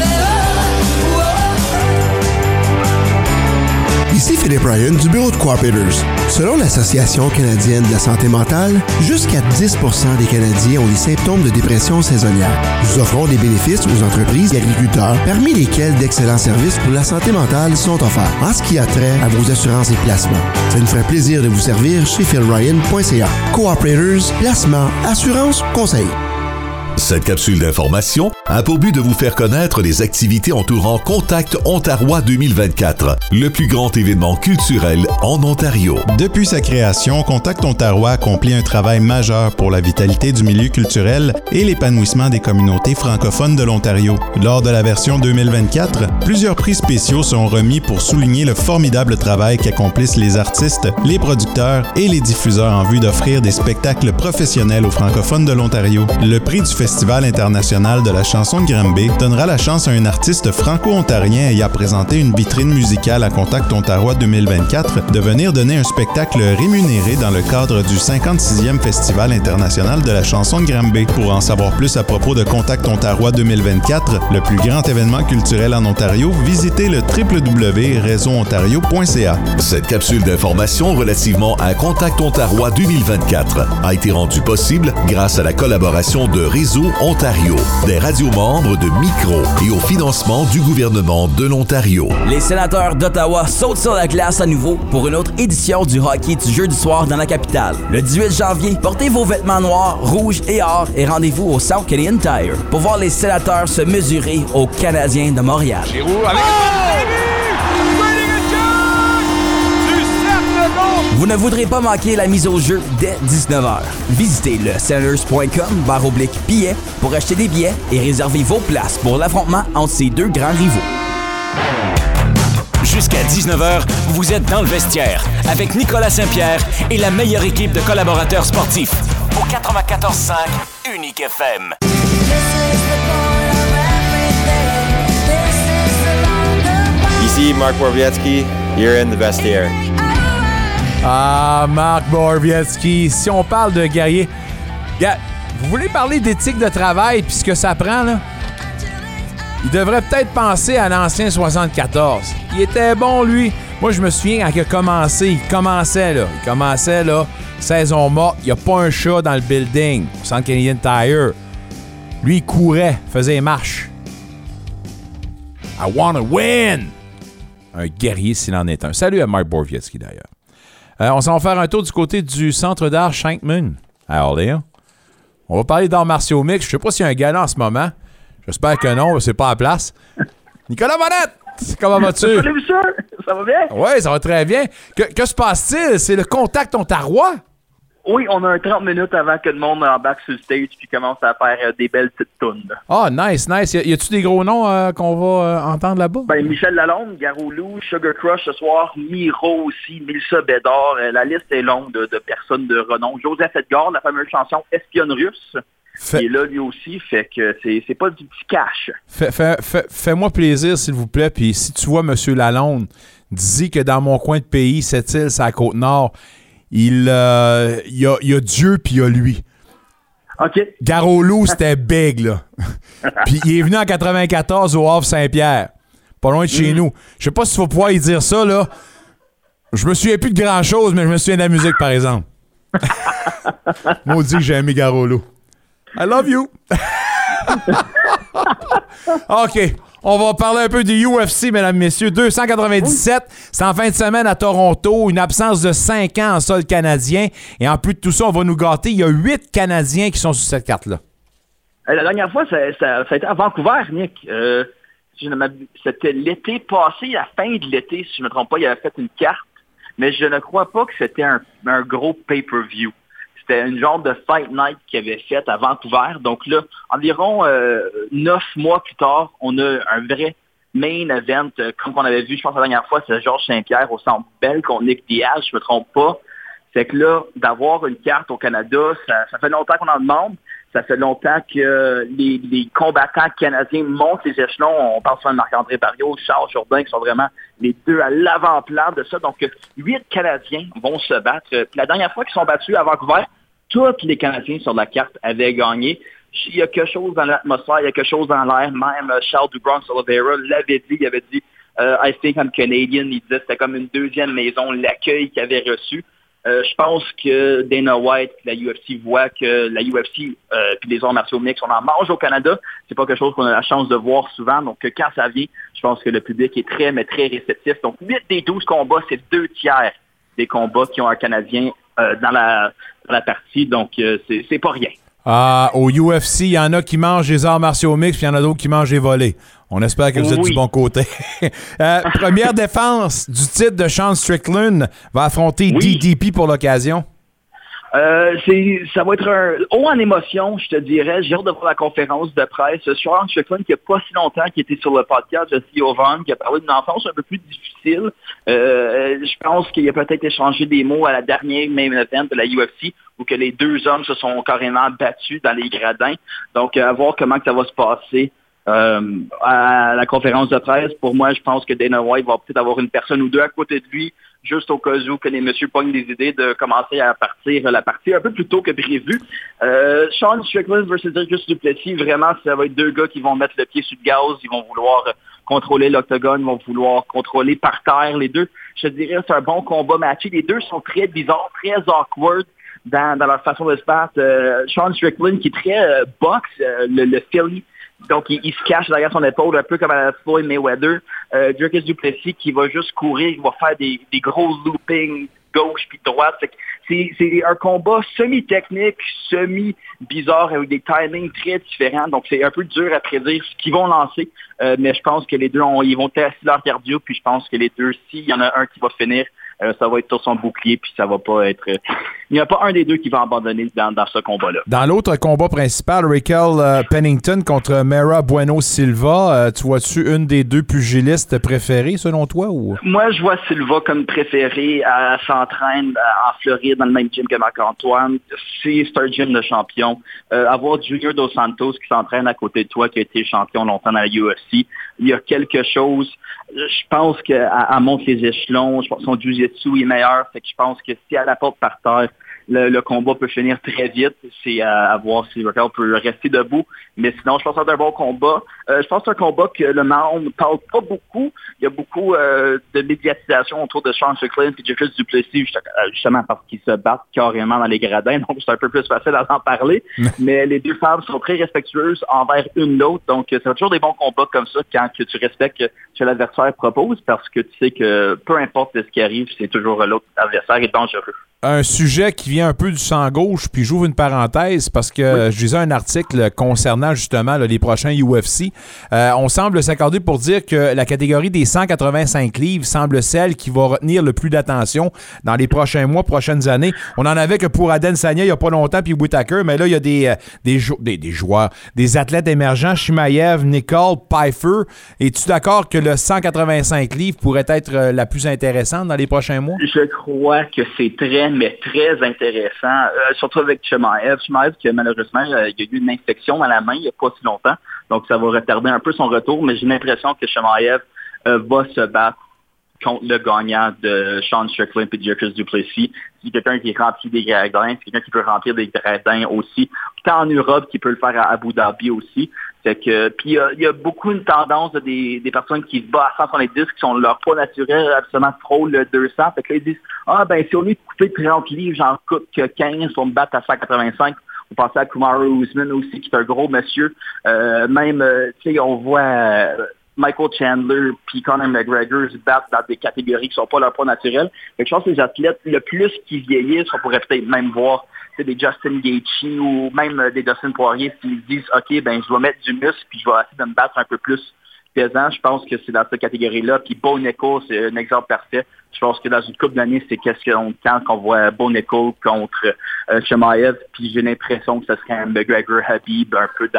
Ici Philippe Ryan du bureau de Cooperators. Selon l'Association canadienne de la santé mentale, jusqu'à 10% des Canadiens ont des symptômes de dépression saisonnière. Nous offrons des bénéfices aux entreprises et agriculteurs, parmi lesquels d'excellents services pour la santé mentale sont offerts. En ce qui a trait à vos assurances et placements, ça nous ferait plaisir de vous servir chez philryan.ca. Cooperators, placement, assurance, conseil. Cette capsule d'information a pour but de vous faire connaître les activités entourant Contact Ontarois 2024, le plus grand événement culturel en Ontario. Depuis sa création, Contact Ontarois accomplit un travail majeur pour la vitalité du milieu culturel et l'épanouissement des communautés francophones de l'Ontario. Lors de la version 2024, plusieurs prix spéciaux sont remis pour souligner le formidable travail qu'accomplissent les artistes, les producteurs et les diffuseurs en vue d'offrir des spectacles professionnels aux francophones de l'Ontario. Le prix du Festival international de la chanson de Granby donnera la chance à un artiste franco-ontarien ayant présenté une vitrine musicale à Contact Ontarois 2024 de venir donner un spectacle rémunéré dans le cadre du 56e Festival international de la chanson de Granby. Pour en savoir plus à propos de Contact Ontarois 2024, le plus grand événement culturel en Ontario, visitez le www.réseauontario.ca. Cette capsule d'information relativement à Contact Ontarois 2024 a été rendue possible grâce à la collaboration de Réseau Ontario, des radios membres de Micro et au financement du gouvernement de l'Ontario. Les sénateurs d'Ottawa sautent sur la glace à nouveau pour une autre édition du hockey du jeudi soir dans la capitale. Le 18 janvier, portez vos vêtements noirs, rouges et or et rendez-vous au South Canadian Tire pour voir les sénateurs se mesurer aux Canadiens de Montréal. Vous ne voudrez pas manquer la mise au jeu dès 19h. Visitez le sellers.com/billets pour acheter des billets et réserver vos places pour l'affrontement entre ces deux grands rivaux. Jusqu'à 19h, vous êtes dans le vestiaire avec Nicolas Saint-Pierre et la meilleure équipe de collaborateurs sportifs au 94.5 Unique FM. Ici Mark Borowiecki, you're in the vestiaire. Ah, Marc Borowiecki, si on parle de guerrier... Vous voulez parler d'éthique de travail puis ce que ça prend, là? Il devrait peut-être penser à l'ancien 74. Il était bon, lui. Moi, je me souviens quand il a commencé. Il commençait, là. Saison morte. Il n'y a pas un chat dans le building. Au Centre Canadian Tire. Lui, il courait, faisait marche. I wanna win! Un guerrier s'il en est un. Salut à Marc Borowiecki, d'ailleurs. On s'en va faire un tour du côté du centre d'art Shankman à Orléans. On va parler d'arts martiaux mix. Je sais pas s'il y a un gala en ce moment. J'espère que non, c'est pas à la place. Nicolas Monette, comment vas-tu? Salut, monsieur! Ça va bien? Oui, ça va très bien. Que se passe-t-il? C'est le Contact Ontario? Oui, on a un 30 minutes avant que le monde embarque sur le stage puis commence à faire des belles petites tunes. Ah, nice. Y a-tu des gros noms qu'on va entendre là-bas? Ben, Michel Lalonde, Garoulou, Sugar Crush ce soir, Miro aussi, Mélissa Bédard. La liste est longue de personnes de renom. Joseph Edgar, la fameuse chanson Espionne russe, qui est là lui aussi, fait que c'est pas du petit cash. Fais-moi plaisir, s'il vous plaît, puis si tu vois M. Lalonde, dis que dans mon coin de pays, cette île, c'est à Côte-Nord, il y a Dieu puis il y a lui. OK. Garoulou, c'était big, là. Puis il est venu en 94 au Havre Saint-Pierre, pas loin de chez nous. Je sais pas s'il faut pouvoir y dire ça, là. Je me souviens plus de grand-chose, mais je me souviens de la musique, par exemple. Maudit que j'ai aimé Garoulou. I love you! OK. On va parler un peu du UFC, mesdames, messieurs. 297, c'est en fin de semaine à Toronto. Une absence de 5 ans en sol canadien. Et en plus de tout ça, on va nous gâter. Il y a 8 Canadiens qui sont sur cette carte-là. La dernière fois, ça a été à Vancouver, Nick. C'était l'été passé, à la fin de l'été, si je ne me trompe pas, il avait fait une carte. Mais je ne crois pas que c'était un gros pay-per-view. C'était une genre de Fight Night qu'il avait fait à Vancouver. Donc là, environ 9 mois plus tard, on a un vrai main event, comme on avait vu, je pense la dernière fois, c'est Georges Saint-Pierre au Centre Bell contre Nick Diaz, je me trompe pas. C'est que là, d'avoir une carte au Canada, ça fait longtemps qu'on en demande. Ça fait longtemps que les combattants canadiens montent les échelons. On parle souvent de Marc-André Barrios, Charles Jourdain, qui sont vraiment les deux à l'avant-plan de ça. Donc, 8 Canadiens vont se battre. Puis la dernière fois qu'ils sont battus à Vancouver, tous les Canadiens sur la carte avaient gagné. Il y a quelque chose dans l'atmosphère, il y a quelque chose dans l'air. Même Charles Dubronx Oliveira l'avait dit, il avait dit « I think I'm Canadian ». Il disait que c'était comme une deuxième maison, l'accueil qu'il avait reçu. Je pense que Dana White, la UFC voit que la UFC puis les arts martiaux mixtes, on en mange au Canada. C'est pas quelque chose qu'on a la chance de voir souvent. Donc, quand ça vient, je pense que le public est très, mais très réceptif. Donc, 8 des 12 combats, c'est 2 tiers des combats qui ont un Canadien dans la partie. Donc, c'est pas rien. Au UFC, il y en a qui mangent les arts martiaux mixtes, puis il y en a d'autres qui mangent les volets. On espère que vous êtes du bon côté. Première défense du titre de Sean Strickland va affronter DDP pour l'occasion. Ça va être un haut en émotion, je te dirais. J'ai hâte de voir la conférence de presse. Sean Strickland, qui n'a pas si longtemps qui était sur le podcast de Theo Vaughn, qui a parlé d'une enfance un peu plus difficile. Je pense qu'il a peut-être échangé des mots à la dernière main event de la UFC, où que les deux hommes se sont carrément battus dans les gradins. Donc, à voir comment que ça va se passer à la conférence de presse. Pour moi, je pense que Dana White va peut-être avoir une personne ou deux à côté de lui, juste au cas où que les messieurs pognent des idées de commencer à partir la partie un peu plus tôt que prévu. Sean Strickland versus Dricus du Plessis, vraiment, ça va être deux gars qui vont mettre le pied sur le gaz, ils vont vouloir contrôler l'octogone, ils vont vouloir contrôler par terre les deux. Je te dirais, c'est un bon combat matché. Les deux sont très bizarres, très awkward dans leur façon de se battre. Sean Strickland qui est très boxe, le Philly. Donc, il se cache derrière son épaule, un peu comme à la Floyd Mayweather. Dricus du Plessis qui va juste courir, il va faire des gros loopings gauche puis droite. C'est un combat semi-technique, semi-bizarre, avec des timings très différents. Donc, c'est un peu dur à prédire ce qu'ils vont lancer. Mais je pense que les deux, ils vont tester leur cardio. Puis je pense que les deux, s'il y en a un qui va finir, ça va être sur son bouclier, puis ça va pas être... Il n'y a pas un des deux qui va abandonner dans ce combat-là. Dans l'autre combat principal, Raquel Pennington contre Mara Bueno Silva, tu vois-tu une des deux pugilistes préférées, selon toi? Ou? Moi, je vois Silva comme préférée. Elle s'entraîne en Floride, dans le même gym que Marc-Antoine. C'est un gym de champion. Avoir Junior Dos Santos qui s'entraîne à côté de toi, qui a été champion longtemps dans la UFC, il y a quelque chose... Je pense qu'elle monte les échelons. Je pense que son jiu-jitsu est meilleur. Fait que je pense que si elle apporte par terre, le combat peut finir très vite. C'est à voir si Raquel peut rester debout. Mais sinon, je pense que c'est un bon combat. Je pense que c'est un combat que le monde ne parle pas beaucoup. Il y a beaucoup de médiatisation autour de Sean Strickland et Dricus du Plessis, justement parce qu'ils se battent carrément dans les gradins. Donc, c'est un peu plus facile à en parler. Mais les deux femmes sont très respectueuses envers une l'autre. Donc, c'est toujours des bons combats comme ça quand que tu respectes ce que l'adversaire propose parce que tu sais que peu importe ce qui arrive, c'est toujours l'autre adversaire est dangereux. Un sujet qui vient un peu du sang gauche, puis j'ouvre une parenthèse parce que je lisais un article concernant justement les prochains UFC. On semble s'accorder pour dire que la catégorie des 185 livres semble celle qui va retenir le plus d'attention dans les prochains mois, prochaines années. On en avait que pour Adesanya il n'y a pas longtemps, puis Whittaker, mais là, il y a des joueurs, des athlètes émergents, Chimaev, Nicole, Pfeiffer. Es-tu d'accord que le 185 livres pourrait être la plus intéressante dans les prochains mois? Je crois que c'est mais très intéressant, surtout avec Chimaev. Chimaev, qui malheureusement, il y a eu une infection dans la main il n'y a pas si longtemps, donc ça va retarder un peu son retour, mais j'ai l'impression que Chimaev va se battre contre le gagnant de Sean Strickland et Dricus du Plessis. C'est quelqu'un qui remplit des gradins, c'est quelqu'un qui peut remplir des gradins aussi, tant en Europe qu'il peut le faire à Abu Dhabi aussi. Fait que, puis il y a beaucoup une tendance des personnes qui se battent à 170 qui sont leur poids naturel absolument trop le 200. Fait que là, ils disent si on est coupé 30 livres, j'en coupe que 15 pour me battre à 185. On pensait à Kamaru Usman aussi, qui est un gros monsieur. Tu sais, on voit Michael Chandler puis Conor McGregor se battent dans des catégories qui sont pas leur poids naturel. Fait que je pense que les athlètes, le plus qu'ils vieillissent, on pourrait peut-être même voir des Justin Gaethje ou même des Dustin Poirier s'ils disent OK, je vais mettre du muscle puis je vais essayer de me battre un peu plus pesant. Je pense que c'est dans cette catégorie-là. Puis Bo Nickal, c'est un exemple parfait. Je pense que dans une couple d'années, c'est quand on voit Bo Nickal contre Chimaev, puis j'ai l'impression que ce serait un McGregor-Habib un peu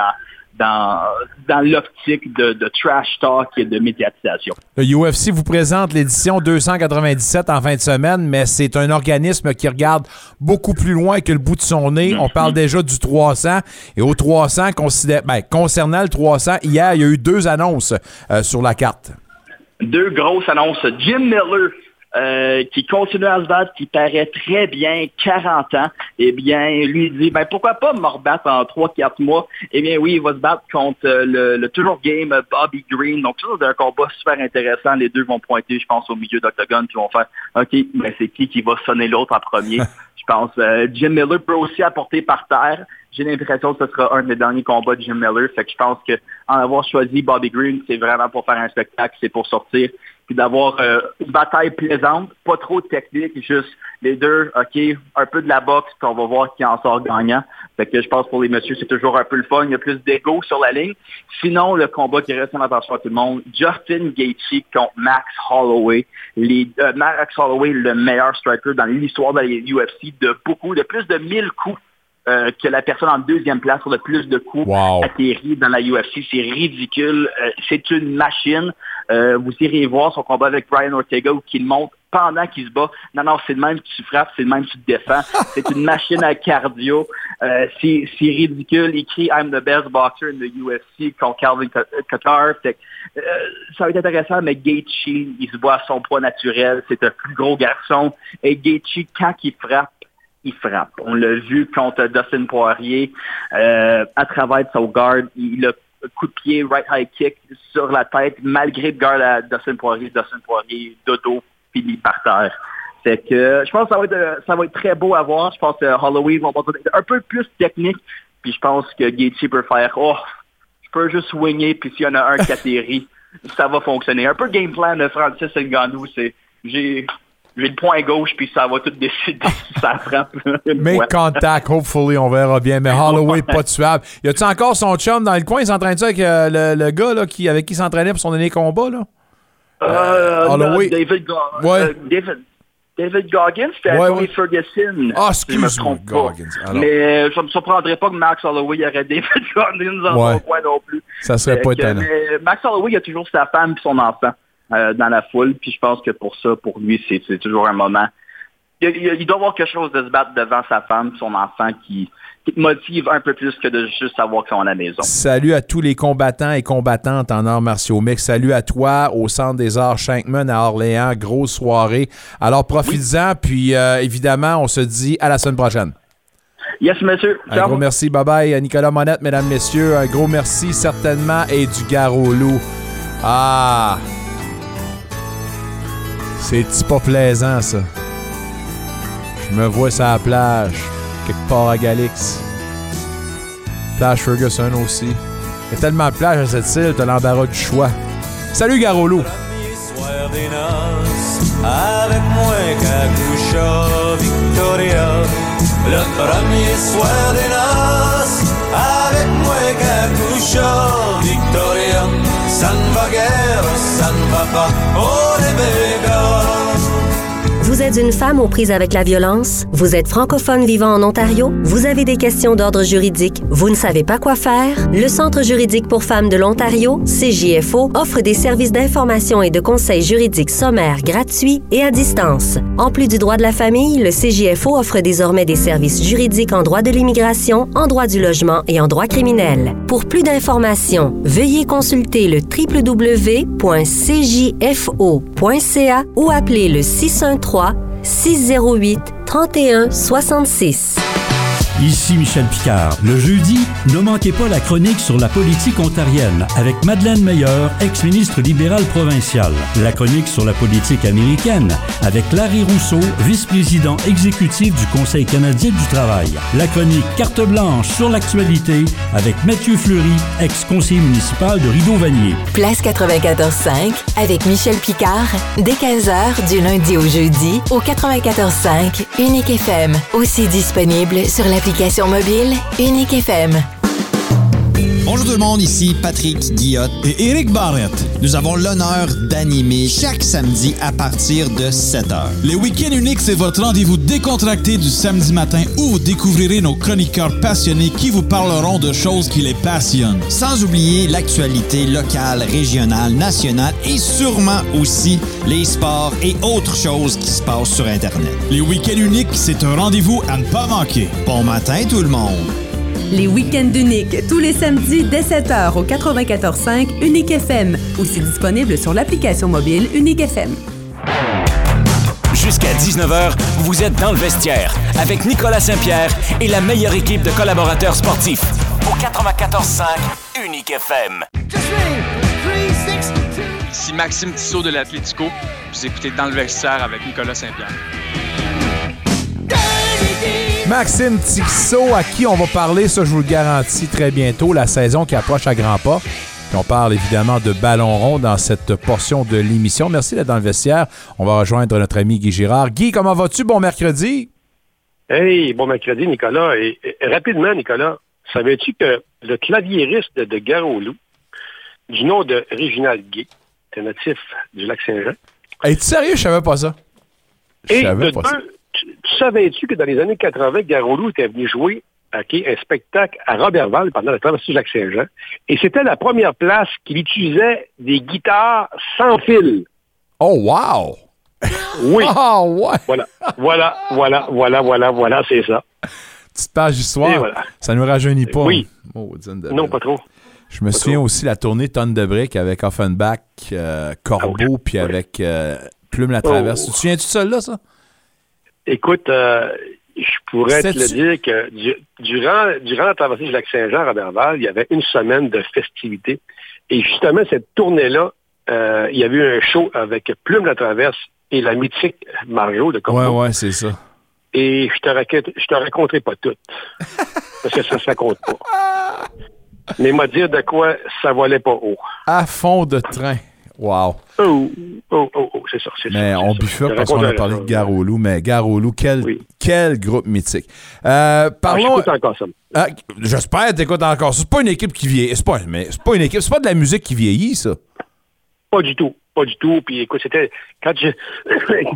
dans l'optique de trash talk et de médiatisation. Le UFC vous présente l'édition 297 en fin de semaine, mais c'est un organisme qui regarde beaucoup plus loin que le bout de son nez. On parle déjà du 300. Et au 300, concernant le 300, hier, il y a eu 2 annonces sur la carte. 2 grosses annonces. Jim Miller, qui continue à se battre, qui paraît très bien, 40 ans, eh bien, lui dit, pourquoi pas me rebattre en 3-4 mois? Eh bien, oui, il va se battre contre le toujours game Bobby Green. Donc, ça, c'est un combat super intéressant. Les deux vont pointer, je pense, au milieu d'octogone, puis vont faire, OK, c'est qui va sonner l'autre en premier? Je pense, Jim Miller peut aussi apporter par terre. J'ai l'impression que ce sera un des derniers combats de Jim Miller. Fait que je pense qu'en avoir choisi Bobby Green, c'est vraiment pour faire un spectacle, c'est pour sortir. Puis d'avoir une bataille plaisante, pas trop technique, juste les deux, OK, un peu de la boxe, puis on va voir qui en sort gagnant. Fait que je pense pour les messieurs, c'est toujours un peu le fun. Il y a plus d'ego sur la ligne. Sinon, le combat qui reste en attention à tout le monde, Justin Gaethje contre Max Holloway. Max Holloway, le meilleur striker dans l'histoire de la UFC, de plus de 1000 coups. Que la personne en deuxième place sur le plus de coups atterri dans la UFC. C'est ridicule. C'est une machine. Vous irez voir son combat avec Brian Ortega où il monte pendant qu'il se bat. Non, c'est le même que tu frappes, c'est le même que tu te défends. C'est une machine à cardio. C'est ridicule. Il crie « I'm the best boxer in the UFC » contre Calvin Kattar. Ça va être intéressant, mais Gaethje, il se bat à son poids naturel. C'est un plus gros garçon. Et Gaethje, quand il frappe, on l'a vu contre Dustin Poirier à travers son guard. Il a coup de pied, right high kick sur la tête, malgré le guard à Dustin Poirier, dodo, fini par terre. Fait que je pense que ça va être très beau à voir. Je pense que Holloway va être un peu plus technique. Puis je pense que Gaethje peut faire je peux juste swinger, puis s'il y en a un qui atterrit, ça va fonctionner. Un peu game plan de Francis Ngannou, c'est j'ai le point gauche, puis ça va tout décider si ça frappe. Make contact, hopefully, on verra bien. Mais Holloway, pas tuable. Y a-tu encore son chum dans le coin? Il s'entraîne ça avec le gars là, avec qui il s'entraînait pour son dernier combat? Là? Holloway. David Goggins, c'était Tony Ferguson. Excuse-moi, Goggins. Alors. Mais je ne me surprendrais pas que Max Holloway y aurait David Goggins dans son coin non plus. Ça serait pas étonnant. Mais Max Holloway, il a toujours sa femme et son enfant dans la foule, puis je pense que pour lui, c'est toujours un moment il doit avoir quelque chose de se battre devant sa femme, son enfant qui te motive un peu plus que de juste savoir qu'ils sont à la maison. Salut à tous les combattants et combattantes en arts martiaux mixtes. Salut à toi au Centre des Arts Shankman à Orléans. Grosse soirée. Alors, profites-en. Puis, évidemment, on se dit à la semaine prochaine. Yes, monsieur. Un gros merci. Bye-bye à Nicolas Monette, mesdames, messieurs. Un gros merci, certainement. Et du Garot-Loup. Ah! C'est pas plaisant, ça. Je me vois sur la plage, quelque part à Galix. Plage Ferguson aussi. Il y a tellement de plages à cette île, t'as l'embarras du choix. Salut, Garot-Loup! Avec moi Kakusha Victoria, le premier soir des noces. Avec moi Kakusha Victoria, ça ne va guère, ça ne va pas, oh Rebecca. Vous êtes une femme aux prises avec la violence? Vous êtes francophone vivant en Ontario? Vous avez des questions d'ordre juridique? Vous ne savez pas quoi faire? Le Centre juridique pour femmes de l'Ontario, CJFO, offre des services d'information et de conseils juridiques sommaires, gratuits et à distance. En plus du droit de la famille, le CJFO offre désormais des services juridiques en droit de l'immigration, en droit du logement et en droit criminel. Pour plus d'informations, veuillez consulter le www.cjfo.ca ou appeler le 613-608-3166. Ici Michel Picard. Le jeudi, ne manquez pas la chronique sur la politique ontarienne avec Madeleine Meilleur, ex-ministre libérale provinciale. La chronique sur la politique américaine avec Larry Rousseau, vice-président exécutif du Conseil canadien du travail. La chronique Carte blanche sur l'actualité avec Mathieu Fleury, ex-conseiller municipal de Rideau-Vanier. Place 94.5 avec Michel Picard, dès 15h du lundi au jeudi au 94.5 Unique FM. Aussi disponible sur l'application mobile Unique FM. Bonjour tout le monde, ici Patrick Guillotte et Éric Barrette. Nous avons l'honneur d'animer chaque samedi à partir de 7h. Les Week-ends Uniques, c'est votre rendez-vous décontracté du samedi matin où vous découvrirez nos chroniqueurs passionnés qui vous parleront de choses qui les passionnent. Sans oublier l'actualité locale, régionale, nationale et sûrement aussi les sports et autres choses qui se passent sur Internet. Les Week-ends Uniques, c'est un rendez-vous à ne pas manquer. Bon matin tout le monde! Les Week-ends Uniques, tous les samedis dès 7h au 94.5 Unique FM. Aussi disponible sur l'application mobile Unique FM. Jusqu'à 19h, vous êtes dans le vestiaire avec Nicolas Saint-Pierre et la meilleure équipe de collaborateurs sportifs. Au 94.5 Unique FM. Ici Maxime Tissot de l'Atlético. Vous écoutez Dans le vestiaire avec Nicolas Saint-Pierre. Maxime Tissot, à qui on va parler, ça je vous le garantis très bientôt, la saison qui approche à grands pas. Puis on parle évidemment de ballon rond dans cette portion de l'émission. Merci d'être dans le vestiaire. On va rejoindre notre ami Guy Girard. Guy, comment vas-tu? Bon mercredi. Hey, bon mercredi, Nicolas. Et rapidement, Nicolas, savais-tu que le claviériste de Garot-Loup, du nom de Réginald Gay, est natif du Lac-Saint-Jean? Es-tu sérieux? Je savais pas ça. Je savais pas ça. Savais-tu que dans les années 80, Garot-Loup était venu jouer un spectacle à Roberval pendant la traversée du Lac-Saint-Jean, et c'était la première place qu'il utilisait des guitares sans fil. Oh, wow! Oui. Oh, ouais! Voilà, c'est ça. Petite page d'histoire. Voilà. Ça nous rajeunit pas. Oui. Oh, non, pas trop. Je me souviens aussi de la tournée Tonne de briques avec Offenbach, Corbeau, puis avec Plume la Traverse. Tu te souviens-tu de celle-là, ça? Écoute, je pourrais te le dire que durant la traversée du Lac-Saint-Jean à Roberval, il y avait une semaine de festivités. Et justement, cette tournée-là, il y avait eu un show avec Plume la Traverse et la mythique Marjo de Corbeau. Ouais, c'est ça. Et je te raconterai pas tout. Parce que ça se raconte pas. Mais m'a dire de quoi ça volait pas haut. À fond de train. Wow. Oh, c'est ça. Mais on bifurque parce qu'on a parlé de Garot-Loup, mais Garot-Loup, quel groupe mythique. Parlons. J'écoute encore ça. J'espère que t'écoutes encore ça. C'est pas une équipe qui vieillit. C'est pas une équipe. C'est pas de la musique qui vieillit, ça. Pas du tout. Puis écoute, c'était quand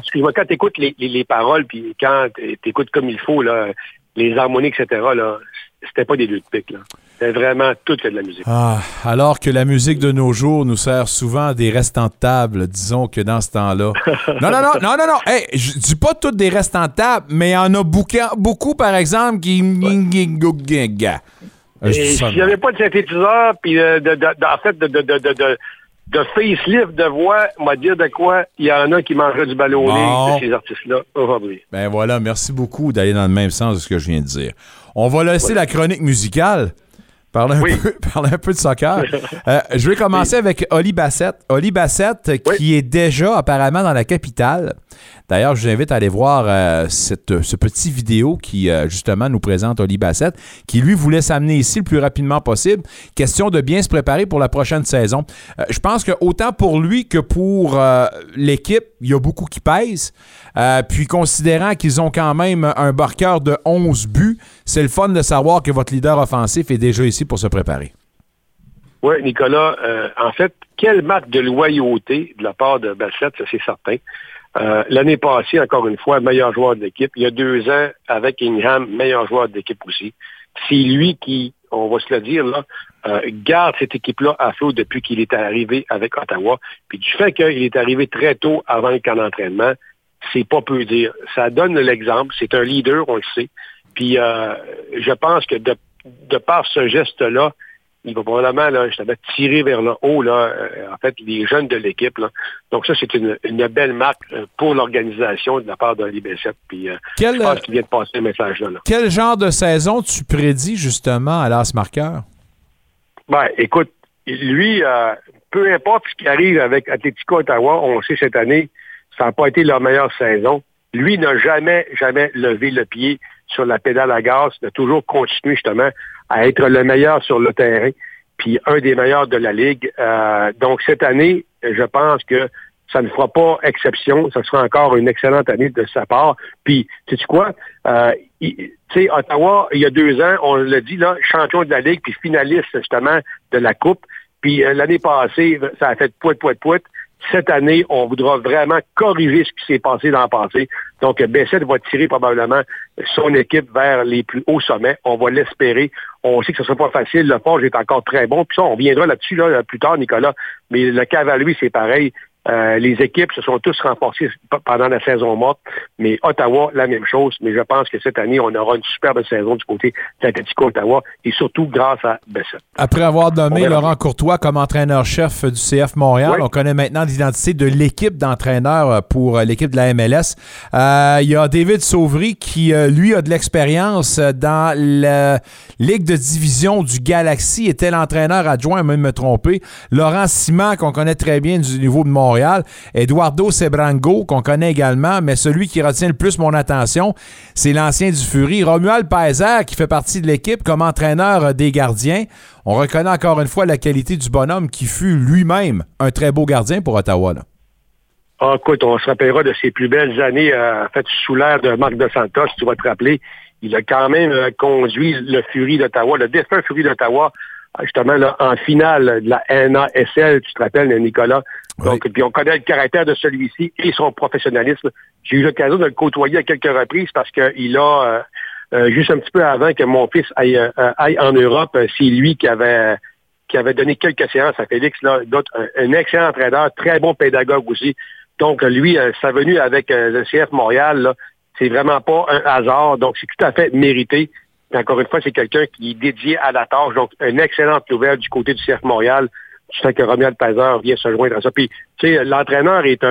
t'écoutes les paroles, puis quand t'écoutes comme il faut là, les harmonies, etc. Là, c'était pas des lieux de pique, là. C'était vraiment tout que de la musique. Alors que la musique de nos jours nous sert souvent des restants de table, disons que dans ce temps-là. Non. Hey, je dis pas toutes des restants de table, mais il y en a beaucoup par exemple, qui... Et s'il n'y avait pas de synthétiseur, puis en fait, de facelift de voix, on va dire de quoi il y en a qui mangeraient du ballonné de ces artistes-là aujourd'hui. Ben voilà, merci beaucoup d'aller dans le même sens de ce que je viens de dire. On va laisser la chronique musicale. Parler un peu de soccer. Je vais commencer avec Oli Bassett. Oli Bassett, qui est déjà apparemment dans la capitale. D'ailleurs, je vous invite à aller voir ce petit vidéo qui, justement, nous présente Oli Bassett, qui, lui, voulait s'amener ici le plus rapidement possible. Question de bien se préparer pour la prochaine saison. Je pense que autant pour lui que pour l'équipe, il y a beaucoup qui pèsent. Puis, considérant qu'ils ont quand même un marqueur de 11 buts, c'est le fun de savoir que votre leader offensif est déjà ici pour se préparer. Oui, Nicolas, en fait, quel match de loyauté de la part de Bassett, ça c'est certain. L'année passée, encore une fois, meilleur joueur de l'équipe. Il y a 2 ans, avec Ingham, meilleur joueur de l'équipe aussi. C'est lui qui, on va se le dire, là, garde cette équipe-là à flot depuis qu'il est arrivé avec Ottawa. Puis du fait qu'il est arrivé très tôt avant le camp d'entraînement, c'est pas peu dire. Ça donne l'exemple. C'est un leader, on le sait. Puis je pense que de par ce geste-là, il va probablement justement tirer vers le haut en fait, les jeunes de l'équipe. Là. Donc ça, c'est une belle marque pour l'organisation de la part d'Oli Bassett. Puis je pense qu'il vient de passer le message-là. Quel genre de saison tu prédis justement à l'As Marqueur? Ben, écoute, lui, peu importe ce qui arrive avec Atlético Ottawa, on sait cette année, ça n'a pas été leur meilleure saison. Lui n'a jamais levé le pied sur la pédale à gaz, de toujours continuer justement à être le meilleur sur le terrain, puis un des meilleurs de la Ligue. Donc cette année, je pense que ça ne fera pas exception. Ça sera encore une excellente année de sa part. Puis, sais-tu quoi? Tu sais, Ottawa, il y a 2 ans, on l'a dit, là, champion de la Ligue, puis finaliste justement de la Coupe. Puis l'année passée, ça a fait pouet. Cette année, on voudra vraiment corriger ce qui s'est passé dans le passé. Donc, Bassett va tirer probablement son équipe vers les plus hauts sommets. On va l'espérer. On sait que ce ne sera pas facile. Le Forge est encore très bon. Puis ça, on viendra là-dessus plus tard, Nicolas. Mais le Cavalier, c'est pareil. Les équipes se sont tous renforcées pendant la saison morte, mais Ottawa, la même chose. Mais je pense que cette année, on aura une superbe saison du côté d'Atlético Ottawa, et surtout grâce à Bassett. Après avoir nommé Laurent Courtois comme entraîneur-chef du CF Montréal, on connaît maintenant l'identité de l'équipe d'entraîneurs pour l'équipe de la MLS. Il y a David Sauvry qui, lui, a de l'expérience dans la Ligue de division du Galaxy, était l'entraîneur adjoint, même me tromper. Laurent Simon, qu'on connaît très bien du niveau de Montréal. Eduardo Sebrango, qu'on connaît également, mais celui qui retient le plus mon attention, c'est l'ancien du Fury, Romuald Paiser, qui fait partie de l'équipe comme entraîneur des gardiens. On reconnaît encore une fois la qualité du bonhomme qui fut lui-même un très beau gardien pour Ottawa. Là. Écoute, on se rappellera de ses plus belles années en fait, sous l'ère de Marc Dos Santos, tu vas te rappeler. Il a quand même conduit le Fury d'Ottawa, le défunt Fury d'Ottawa, justement là, en finale de la NASL, tu te rappelles, Nicolas. Donc, puis on connaît le caractère de celui-ci et son professionnalisme. J'ai eu l'occasion de le côtoyer à quelques reprises parce qu'il a, juste un petit peu avant que mon fils aille en Europe, c'est lui qui avait donné quelques séances à Félix, là, un excellent entraîneur, très bon pédagogue aussi. Donc, lui, sa venue avec le CF Montréal, là, c'est vraiment pas un hasard. Donc, c'est tout à fait mérité. Et encore une fois, c'est quelqu'un qui est dédié à la tâche. Donc, une excellente nouvelle du côté du CF Montréal. Je sais que Romuald Paiser vient se joindre à ça. Puis, tu sais, l'entraîneur est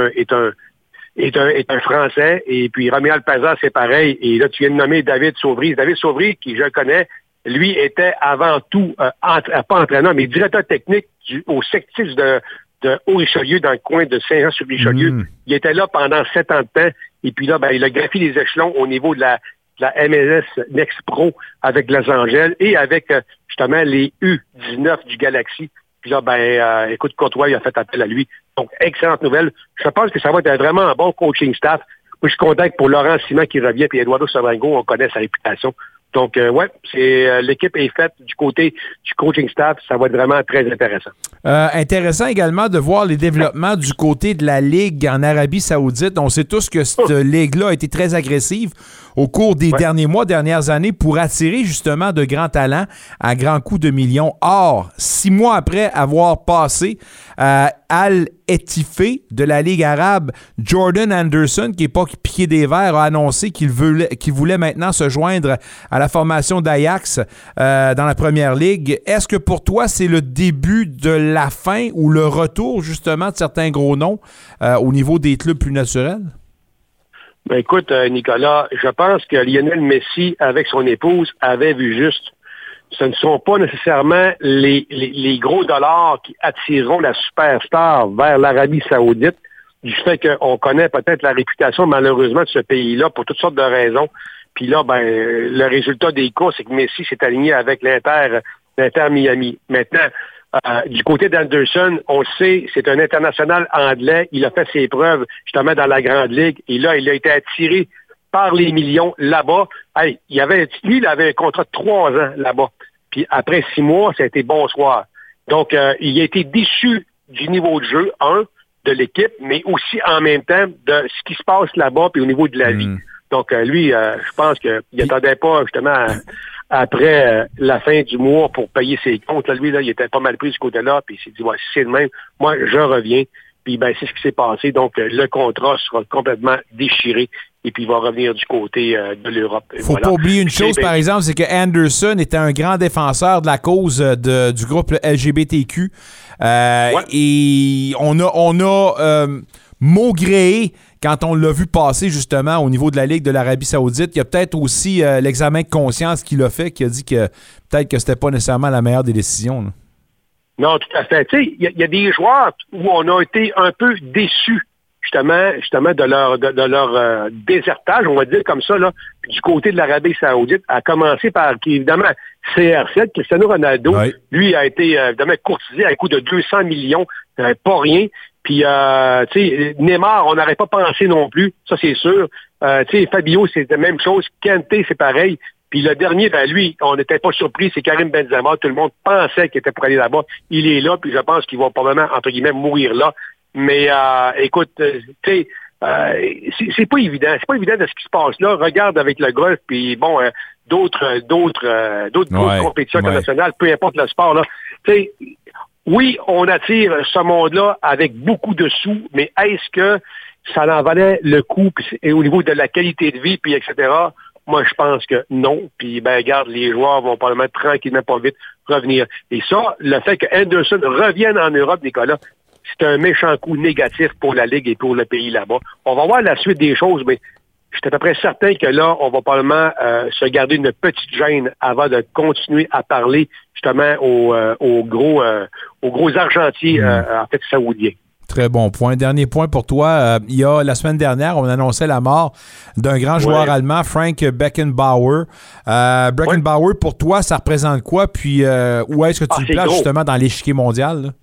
un Français. Et puis, Romuald Paiser, c'est pareil. Et là, tu viens de nommer David Sauvry. David Sauvry, qui je connais, lui était avant tout, pas entraîneur, mais directeur technique au sectif de Haut-Richelieu, dans le coin de Saint-Jean-sur-Richelieu. Il était là pendant 7 ans de temps. Et puis là, ben, il a gravi les échelons au niveau de la MLS Next Pro avec Los Angeles et avec, justement, les U19 du Galaxy. Puis là, ben, écoute, Courtois, il a fait appel à lui. Donc, excellente nouvelle. Je pense que ça va être vraiment un bon coaching staff. Moi, je suis content que pour Laurent Simon qui revient, puis Eduardo Sebrango, on connaît sa réputation. Donc, l'équipe est faite du côté du coaching staff. Ça va être vraiment très intéressant. Intéressant également de voir les développements du côté de la Ligue en Arabie Saoudite. On sait tous que cette Ligue-là a été très agressive au cours des derniers mois, dernières années, pour attirer justement de grands talents à grands coups de millions. Or, 6 mois après avoir passé Al-Etifé de la Ligue arabe, Jordan Anderson, qui n'est pas piqué des verres, a annoncé qu'il voulait maintenant se joindre à la formation d'Ajax dans la Première Ligue. Est-ce que pour toi, c'est le début de la fin ou le retour justement de certains gros noms au niveau des clubs plus naturels? Ben écoute, Nicolas, je pense que Lionel Messi, avec son épouse, avait vu juste. Ce ne sont pas nécessairement les gros dollars qui attireront la superstar vers l'Arabie Saoudite, du fait qu'on connaît peut-être la réputation, malheureusement, de ce pays-là pour toutes sortes de raisons. Puis là, le résultat des courses, c'est que Messi s'est aligné avec l'Inter Miami. Maintenant, du côté d'Anderson, on le sait, c'est un international anglais. Il a fait ses preuves justement dans la Grande Ligue. Et là, il a été attiré par les millions là-bas. Hey, il avait un contrat de 3 ans là-bas. Puis après 6 mois, ça a été bonsoir. Donc, il a été déçu du niveau de jeu, de l'équipe, mais aussi en même temps de ce qui se passe là-bas puis au niveau de la vie. Donc, lui, je pense qu'il n'attendait pas justement après la fin du mois pour payer ses comptes. Là, lui, il était pas mal pris de ce côté-là, puis il s'est dit, si c'est le même, moi, je reviens. Puis, c'est ce qui s'est passé. Donc, le contrat sera complètement déchiré et puis il va revenir du côté de l'Europe. Faut pas oublier une chose, par exemple, c'est que Anderson était un grand défenseur de la cause du groupe LGBTQ. Et on a maugréé quand on l'a vu passer justement au niveau de la Ligue de l'Arabie Saoudite. Il y a peut-être aussi l'examen de conscience qu'il a fait, qui a dit que peut-être que c'était pas nécessairement la meilleure des décisions. Là. Non, tout à fait. Tu sais, il y a des joueurs où on a été un peu déçus justement de leur désertage, on va dire comme ça, là, du côté de l'Arabie Saoudite, à commencer par, évidemment, CR7, Cristiano Ronaldo, lui a été évidemment courtisé à coût de 200 millions, pas rien. Puis, tu sais, Neymar, on n'aurait pas pensé non plus, ça c'est sûr. Tu sais, Fabio, c'est la même chose. Kanté, c'est pareil. Puis le dernier, lui, on n'était pas surpris, c'est Karim Benzema. Tout le monde pensait qu'il était pour aller là-bas. Il est là, puis je pense qu'il va probablement, entre guillemets, mourir là. Mais écoute, tu sais, c'est pas évident. C'est pas évident de ce qui se passe là. Regarde avec le golf, puis bon, d'autres grosses compétitions internationales, peu importe le sport, là. Tu sais, oui, on attire ce monde-là avec beaucoup de sous, mais est-ce que ça en valait le coup et au niveau de la qualité de vie, puis etc.? Moi, je pense que non. Puis, regarde, les joueurs vont probablement tranquillement, pas vite, revenir. Et ça, le fait que Anderson revienne en Europe, Nicolas, c'est un méchant coup négatif pour la Ligue et pour le pays là-bas. On va voir la suite des choses, mais je suis à peu près certain que là, on va probablement se garder une petite gêne avant de continuer à parler justement aux gros argentiers en fait saoudiens. Très bon point. Dernier point pour toi. Il y a la semaine dernière, on annonçait la mort d'un grand joueur allemand, Frank Beckenbauer. Beckenbauer, pour toi, ça représente quoi? Puis où est-ce que tu le places justement dans l'échiquier mondial? Là?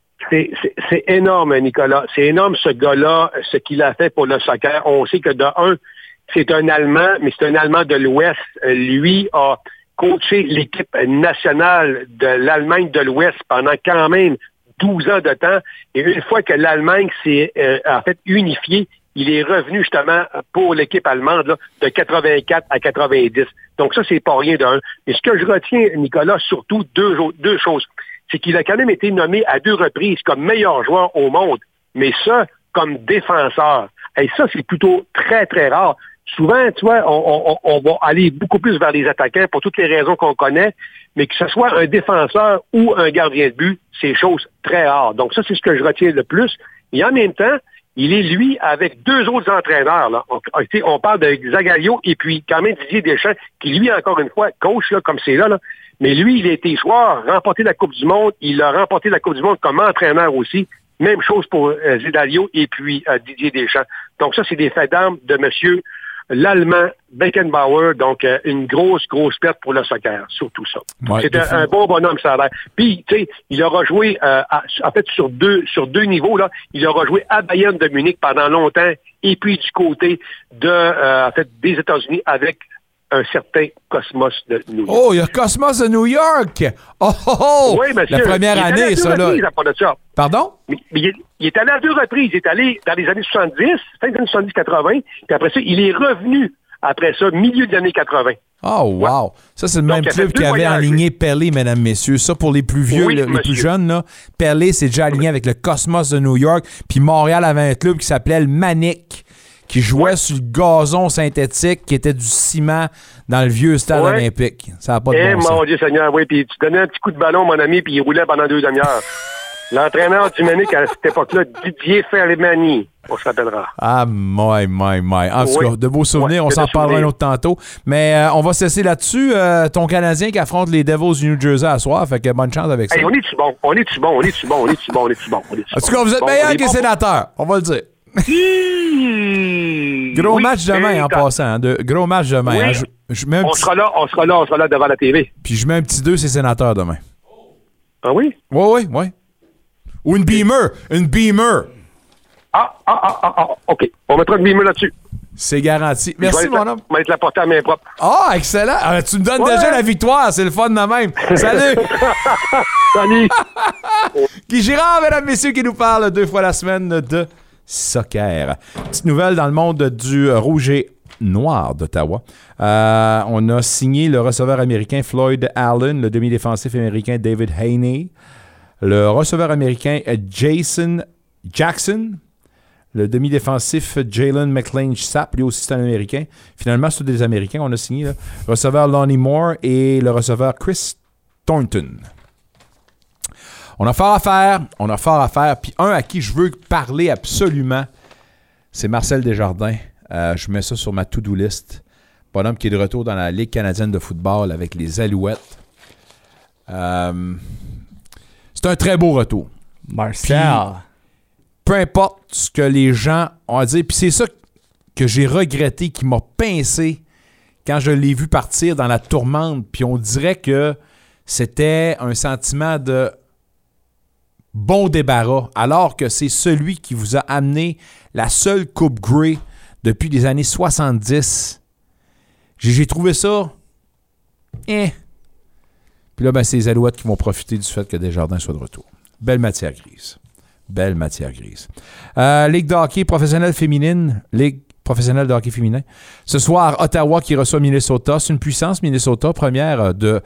C'est énorme, Nicolas. C'est énorme, ce gars-là, ce qu'il a fait pour le soccer. On sait que de un, c'est un Allemand, mais c'est un Allemand de l'Ouest. Lui a coaché l'équipe nationale de l'Allemagne de l'Ouest pendant quand même 12 ans de temps. Et une fois que l'Allemagne s'est en fait unifiée, il est revenu justement pour l'équipe allemande là, de 84 à 90. Donc ça, c'est pas rien d'un. Mais ce que je retiens, Nicolas, surtout deux choses. C'est qu'il a quand même été nommé à 2 reprises comme meilleur joueur au monde, mais ça, comme défenseur. Et ça, c'est plutôt très, très rare. Souvent, tu vois, on va aller beaucoup plus vers les attaquants pour toutes les raisons qu'on connaît, mais que ce soit un défenseur ou un gardien de but, c'est chose très rare. Donc ça, c'est ce que je retiens le plus. Et en même temps, il est, lui, avec 2 autres entraîneurs. Là. On parle de Zagallo et puis quand même Didier Deschamps, qui, lui, encore une fois, coach, là, comme c'est là. Mais lui, il a été joueur, remporté la Coupe du Monde. Il a remporté la Coupe du Monde comme entraîneur aussi. Même chose pour Zidalio et puis Didier Deschamps. Donc ça, c'est des faits d'armes de monsieur l'Allemand Beckenbauer. Donc une grosse perte pour le soccer, surtout ça. Ouais, c'est un bon bonhomme, ça a l'air. Puis, tu sais, il aura joué, en fait, sur deux niveaux, là. Il aura joué à Bayern de Munich pendant longtemps et puis du côté de, en fait, des États-Unis avec un certain Cosmos de New York. Oh, il y a Cosmos de New York! Oh, oh, oh! Oui, monsieur. La première année, ça, là. Pardon? Mais il est allé à 2 reprises. Il est allé dans les années 70, fin des années 70-80, puis après ça, il est revenu, après ça, milieu des années 80. Oh, wow! Ouais. Ça, c'est le même club qui avait aligné Pelé, mesdames, messieurs. Ça, pour les plus vieux, les plus jeunes, là, Pelé, c'est déjà aligné avec le Cosmos de New York. Puis Montréal avait un club qui s'appelait le Manic, qui jouait sur le gazon synthétique, qui était du ciment dans le vieux stade olympique. Ça n'a pas de bon sens. Mon Dieu Seigneur, oui. Puis tu donnais un petit coup de ballon, mon ami, puis il roulait pendant 2 demi-heures. L'entraîneur du Manic à cette époque-là, Didier Ferlemani, on se rappellera. Ah, my. En tout cas, de beaux souvenirs, on s'en parlera un autre tantôt. Mais on va cesser là-dessus. Ton Canadien qui affronte les Devils du New Jersey à soir, fait que bonne chance avec ça. Hey, on est-tu bon? En tout cas, vous êtes meilleurs que les sénateurs, on va le dire. Gros match demain en passant. Gros match demain. Oui. On sera là devant la TV. Puis je mets un petit 2 ces sénateurs demain. Ah oui? Oui. Ou une Beamer. OK. On mettra une Beamer là-dessus. C'est garanti. Merci, mon homme. On va être la portée à main propre. Ah, excellent. Alors, tu me donnes déjà la victoire. C'est le fun de même. Salut. Salut. Guy Girard, mesdames, messieurs, qui nous parle 2 fois la semaine de soccer. Petite nouvelle dans le monde du Rouge et Noir d'Ottawa. On a signé le receveur américain Floyd Allen, le demi-défensif américain David Haney, le receveur américain Jason Jackson, le demi-défensif Jalen McLean-Sapp, lui aussi c'est un Américain. Finalement, c'est des Américains qu'on a signé. Le receveur Lonnie Moore et le receveur Chris Thornton. On a fort à faire. Puis un à qui je veux parler absolument, c'est Marcel Desjardins. Je mets ça sur ma to-do list. Bonhomme qui est de retour dans la Ligue canadienne de football avec les Alouettes. C'est un très beau retour. Marcel. Puis, peu importe ce que les gens ont à dire, puis c'est ça que j'ai regretté, qui m'a pincé quand je l'ai vu partir dans la tourmente. Puis on dirait que c'était un sentiment de bon débarras, alors que c'est celui qui vous a amené la seule Coupe Grey depuis les années 70. J'ai trouvé ça... Puis là, c'est les Alouettes qui vont profiter du fait que Desjardins soit de retour. Belle matière grise. Ligue de hockey professionnelle féminine. Ligue professionnelle de hockey féminin. Ce soir, Ottawa qui reçoit Minnesota. C'est une puissance, Minnesota, première de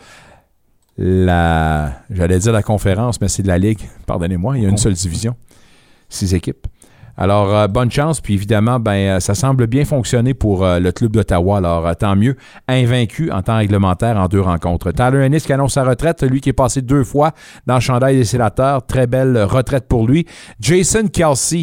j'allais dire la conférence, mais c'est de la Ligue. Pardonnez-moi, il y a une seule division. 6 équipes. Alors, bonne chance. Puis évidemment, ça semble bien fonctionner pour le club d'Ottawa. Alors, tant mieux. Invaincu en temps réglementaire en 2 rencontres. Tyler Ennis qui annonce sa retraite. Lui qui est passé 2 fois dans le chandail des sénateurs. Très belle retraite pour lui. Jason Kelce.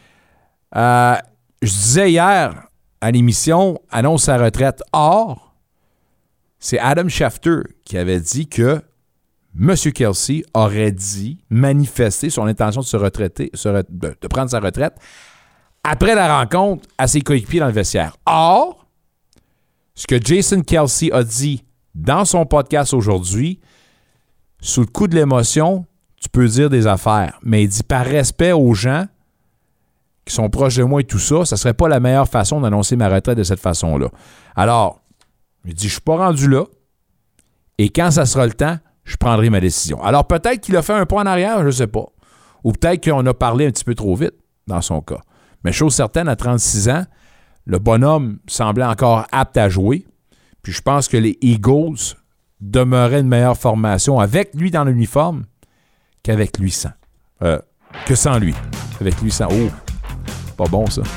Je disais hier à l'émission, annonce sa retraite. Or, c'est Adam Schefter qui avait dit que M. Kelce aurait manifesté son intention de se retraiter, de prendre sa retraite après la rencontre à ses coéquipiers dans le vestiaire. Or, ce que Jason Kelce a dit dans son podcast aujourd'hui, sous le coup de l'émotion, tu peux dire des affaires, mais il dit par respect aux gens qui sont proches de moi et tout ça, ça serait pas la meilleure façon d'annoncer ma retraite de cette façon-là. Alors, il dit, je suis pas rendu là, et quand ça sera le temps, je prendrai ma décision. Alors, peut-être qu'il a fait un pas en arrière, je ne sais pas. Ou peut-être qu'on a parlé un petit peu trop vite, dans son cas. Mais chose certaine, à 36 ans, le bonhomme semblait encore apte à jouer. Puis je pense que les Eagles demeuraient une meilleure formation avec lui dans l'uniforme qu'avec lui sans. Que sans lui. Avec lui sans. Oh, pas bon ça.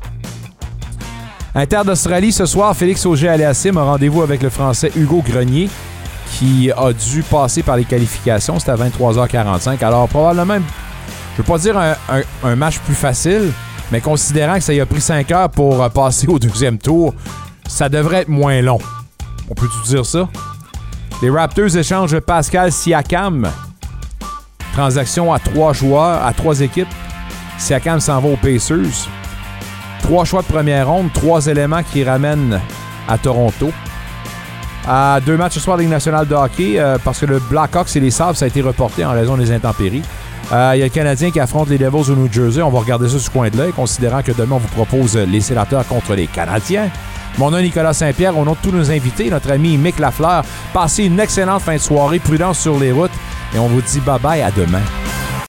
Inter d'Australie, ce soir, Félix Auger-Aliassime a rendez-vous avec le Français Hugo Grenier, qui a dû passer par les qualifications. C'était à 23h45. Alors, probablement, je ne veux pas dire un match plus facile, mais considérant que ça y a pris 5 heures pour passer au 2e tour, ça devrait être moins long. On peut-tu dire ça? Les Raptors échangent Pascal Siakam. Transaction à 3 joueurs, à 3 équipes. Siakam s'en va aux Pacers. 3 choix de première ronde, 3 éléments qui ramènent à Toronto. 2 matchs ce soir de Ligue nationale de hockey, parce que le Blackhawks et les Sabres, ça a été reporté en raison des intempéries. Il y a le Canadien qui affronte les Devils au New Jersey. On va regarder ça sur ce coin de l'œil, considérant que demain, on vous propose les Sénateurs contre les Canadiens. Mon nom est Nicolas Saint-Pierre, au nom de tous nos invités, notre ami Mick Lafleur. Passez une excellente fin de soirée, prudence sur les routes, et on vous dit bye-bye, à demain.